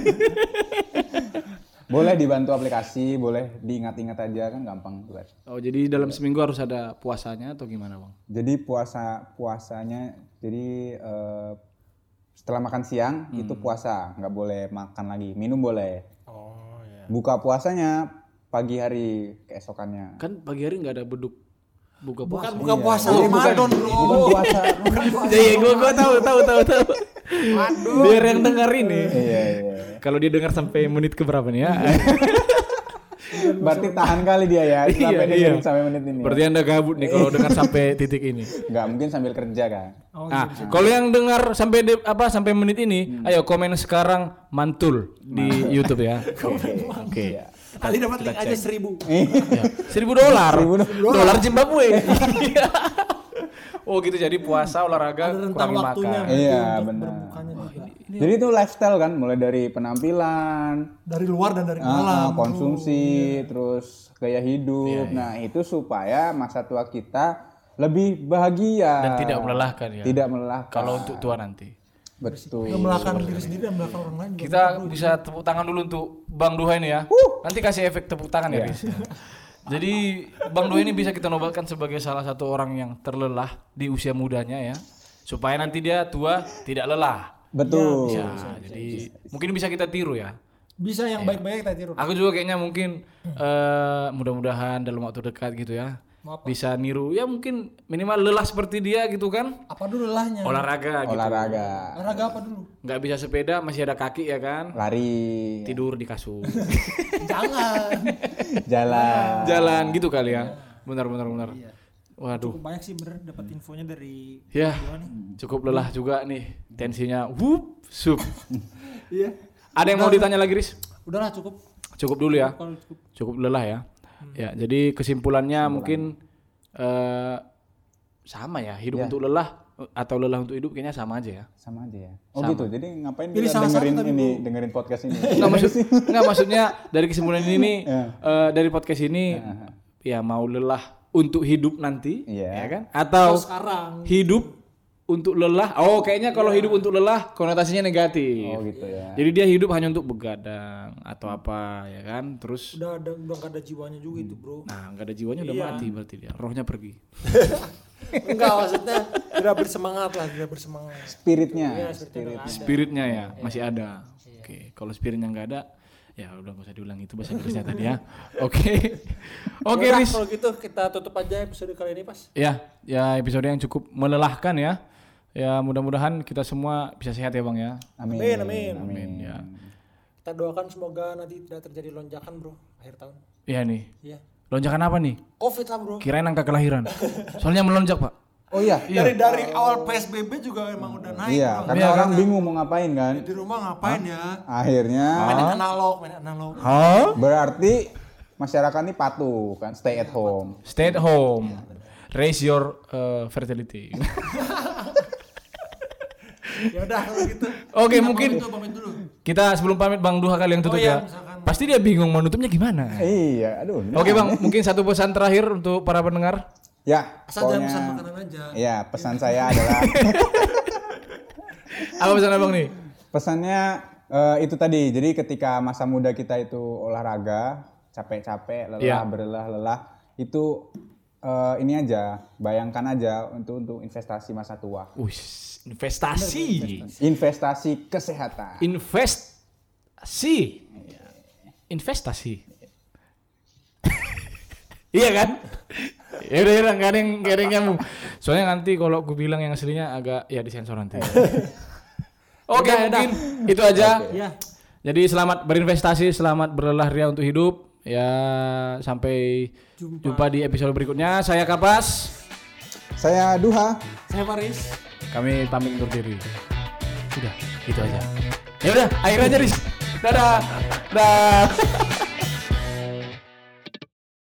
Speaker 3: Boleh dibantu aplikasi, boleh diingat-ingat aja kan gampang buat.
Speaker 1: Oh, jadi dalam seminggu harus ada puasanya atau gimana Bang?
Speaker 3: Jadi puasanya jadi setelah makan siang itu puasa, nggak boleh makan lagi, minum boleh.
Speaker 2: Oh iya.
Speaker 3: Buka puasanya pagi hari keesokannya.
Speaker 1: Kan pagi hari nggak ada beduk buka puasa.
Speaker 2: Bukan buka puasa
Speaker 3: Iya,
Speaker 2: Ramadan bro.
Speaker 3: Bukan puasa.
Speaker 1: Iya, gua tahu.
Speaker 2: Waduh.
Speaker 1: Biar yang dengar ini.
Speaker 3: Iya.
Speaker 1: Kalau dia dengar sampai menit ke berapa nih ya?
Speaker 3: Berarti tahan kali dia ya sampai
Speaker 1: Iya.
Speaker 3: sampai menit ini.
Speaker 1: Berarti Anda gabut nih kalau dengar sampai titik ini.
Speaker 3: Nggak mungkin sambil kerja kan.
Speaker 1: Nah, kalau yang dengar sampai sampai menit ini, ayo komen sekarang mantul di YouTube ya. Oke.
Speaker 2: Kali dapat link aja 1.000.
Speaker 1: Ya, $1.000. Dolar Zimbabwe. Oh gitu, jadi puasa, olahraga,
Speaker 2: Ada rentang
Speaker 1: kurangin
Speaker 2: waktunya
Speaker 1: makan.
Speaker 2: gitu
Speaker 3: Iya,
Speaker 2: untuk
Speaker 3: benar.
Speaker 2: berbukanya juga.
Speaker 3: Jadi itu lifestyle kan, mulai dari penampilan,
Speaker 2: Dari luar dan dari dalam.
Speaker 3: konsumsi, terus gaya hidup. Nah, itu supaya masa tua kita lebih bahagia
Speaker 1: Dan tidak melelahkan ya.
Speaker 3: Tidak melelahkan.
Speaker 1: Kalau untuk tua nanti.
Speaker 3: Betul.
Speaker 2: Yang melahkan diri sendiri dan melahkan orang lain.
Speaker 1: Kita bisa tepuk tangan dulu untuk Bang Duha ini ya. Nanti kasih efek tepuk tangan ya, Riz. Jadi Bang Duha ini bisa kita nobatkan sebagai salah satu orang yang terlelah di usia mudanya ya. Supaya nanti dia tua tidak lelah.
Speaker 3: Betul.
Speaker 1: Ya, jadi mungkin bisa kita tiru ya.
Speaker 2: Bisa yang baik-baik kita tiru.
Speaker 1: Aku juga kayaknya mungkin mudah-mudahan dalam waktu dekat gitu ya.
Speaker 2: Mau apa?
Speaker 1: Bisa niru ya mungkin minimal lelah seperti dia gitu kan.
Speaker 2: Apa dulu lelahnya?
Speaker 1: Olahraga gitu.
Speaker 3: Olahraga,
Speaker 2: Olahraga apa dulu?
Speaker 1: Nggak bisa sepeda masih ada kaki ya kan.
Speaker 3: lari,
Speaker 1: Tidur di kasur.
Speaker 2: Jangan.
Speaker 3: jalan.
Speaker 1: Jalan gitu kali ya. Benar.
Speaker 2: Iya.
Speaker 1: Waduh.
Speaker 2: Cukup banyak sih bener dapat infonya dari
Speaker 1: Ya,
Speaker 2: berdua nih.
Speaker 1: cukup lelah juga nih. Tensinya wup, sup.
Speaker 2: Iya.
Speaker 1: Ada yang mau ditanya lagi, Riz?
Speaker 2: Udahlah cukup.
Speaker 1: Cukup dulu ya.
Speaker 2: Kalau cukup.
Speaker 1: Cukup lelah ya. Ya, jadi kesimpulannya mungkin sama ya, hidup untuk lelah atau lelah untuk hidup kayaknya sama aja ya.
Speaker 3: Sama aja ya. Oh gitu. Jadi ngapain
Speaker 2: Pilih
Speaker 3: kita
Speaker 2: salah satu
Speaker 3: dengerin
Speaker 2: tapi,
Speaker 3: ini,
Speaker 2: Bro.
Speaker 3: dengerin podcast ini?
Speaker 1: Enggak maksudnya dari kesimpulan ini dari podcast ini ya mau lelah untuk hidup nanti
Speaker 3: Iya.
Speaker 1: ya kan? Atau
Speaker 2: Sekarang.
Speaker 1: hidup untuk lelah. Oh, kayaknya kalau hidup untuk lelah konotasinya negatif.
Speaker 3: Oh gitu ya.
Speaker 1: Jadi dia hidup hanya untuk begadang atau apa ya kan? Terus
Speaker 2: Udah gak ada jiwanya juga itu, Bro.
Speaker 1: nah nggak ada jiwanya udah mati berarti dia. Rohnya pergi.
Speaker 2: Enggak, maksudnya tidak bersemangat lah, tidak bersemangat.
Speaker 3: Spiritnya.
Speaker 2: Iya, spiritnya nggak ada.
Speaker 1: Spiritnya ya masih ada. Oke, kalau spiritnya nggak ada ya udah nggak usah diulang itu bahasa Inggrisnya tadi ya. Oke. Oke,
Speaker 2: Yaudah,
Speaker 1: Riz.
Speaker 2: kalau gitu kita tutup aja episode kali ini, Pas.
Speaker 1: Ya episode yang cukup melelahkan ya. Ya mudah-mudahan kita semua bisa sehat ya Bang ya.
Speaker 3: Amin.
Speaker 1: Amin ya.
Speaker 2: Kita doakan semoga nanti tidak terjadi lonjakan, Bro, akhir tahun.
Speaker 1: Iya nih.
Speaker 2: Iya.
Speaker 1: Lonjakan apa nih?
Speaker 2: Covid lah, Bro.
Speaker 1: Kirain angka kelahiran. Soalnya melonjak, Pak.
Speaker 3: Oh iya.
Speaker 2: Dari awal PSBB juga emang udah naik,
Speaker 3: Iya,
Speaker 2: Bro.
Speaker 3: karena orang bingung mau ngapain kan.
Speaker 2: Di rumah ngapain ya?
Speaker 3: Akhirnya
Speaker 2: Main analog.
Speaker 1: Hah?
Speaker 3: berarti masyarakat ini patuh kan, stay at home.
Speaker 1: Stay at home. Raise your fertility.
Speaker 2: Ya udah kalau gitu.
Speaker 1: Oke, mungkin
Speaker 2: Pamit dulu.
Speaker 1: kita sebelum pamit Bang Duha kali yang tutup
Speaker 2: iya,
Speaker 1: ya.
Speaker 2: misalkan.
Speaker 1: Pasti dia bingung mau nutupnya gimana.
Speaker 3: Iya, aduh.
Speaker 1: Oke Bang, mungkin satu pesan terakhir untuk para pendengar.
Speaker 3: Ya,
Speaker 2: Asal jangan
Speaker 3: pokoknya.
Speaker 2: pesan makanan aja.
Speaker 3: Iya, pesan saya adalah
Speaker 1: Apa pesan Abang nih?
Speaker 3: pesannya itu tadi. Jadi ketika masa muda kita itu olahraga, capek-capek, lelah,
Speaker 1: Iya.
Speaker 3: berlelah-lelah, itu ini aja, bayangkan aja untuk investasi masa tua.
Speaker 1: Investasi.
Speaker 3: Investasi kesehatan.
Speaker 1: Investasi. Iya kan? Ya udah nggak ada yang nyambung. Soalnya nanti kalau aku bilang yang aslinya agak ya disensor nanti. Oke, mungkin itu aja.
Speaker 2: Iya.
Speaker 1: Jadi selamat berinvestasi, selamat berlelah ria untuk hidup. Ya sampai jumpa di episode berikutnya. Saya Kapas.
Speaker 3: Saya Duha.
Speaker 2: Saya Faris.
Speaker 1: Kami pamit undur diri. Sudah, itu aja. Ya udah, akhir aja, Riz. Dadah. Dah.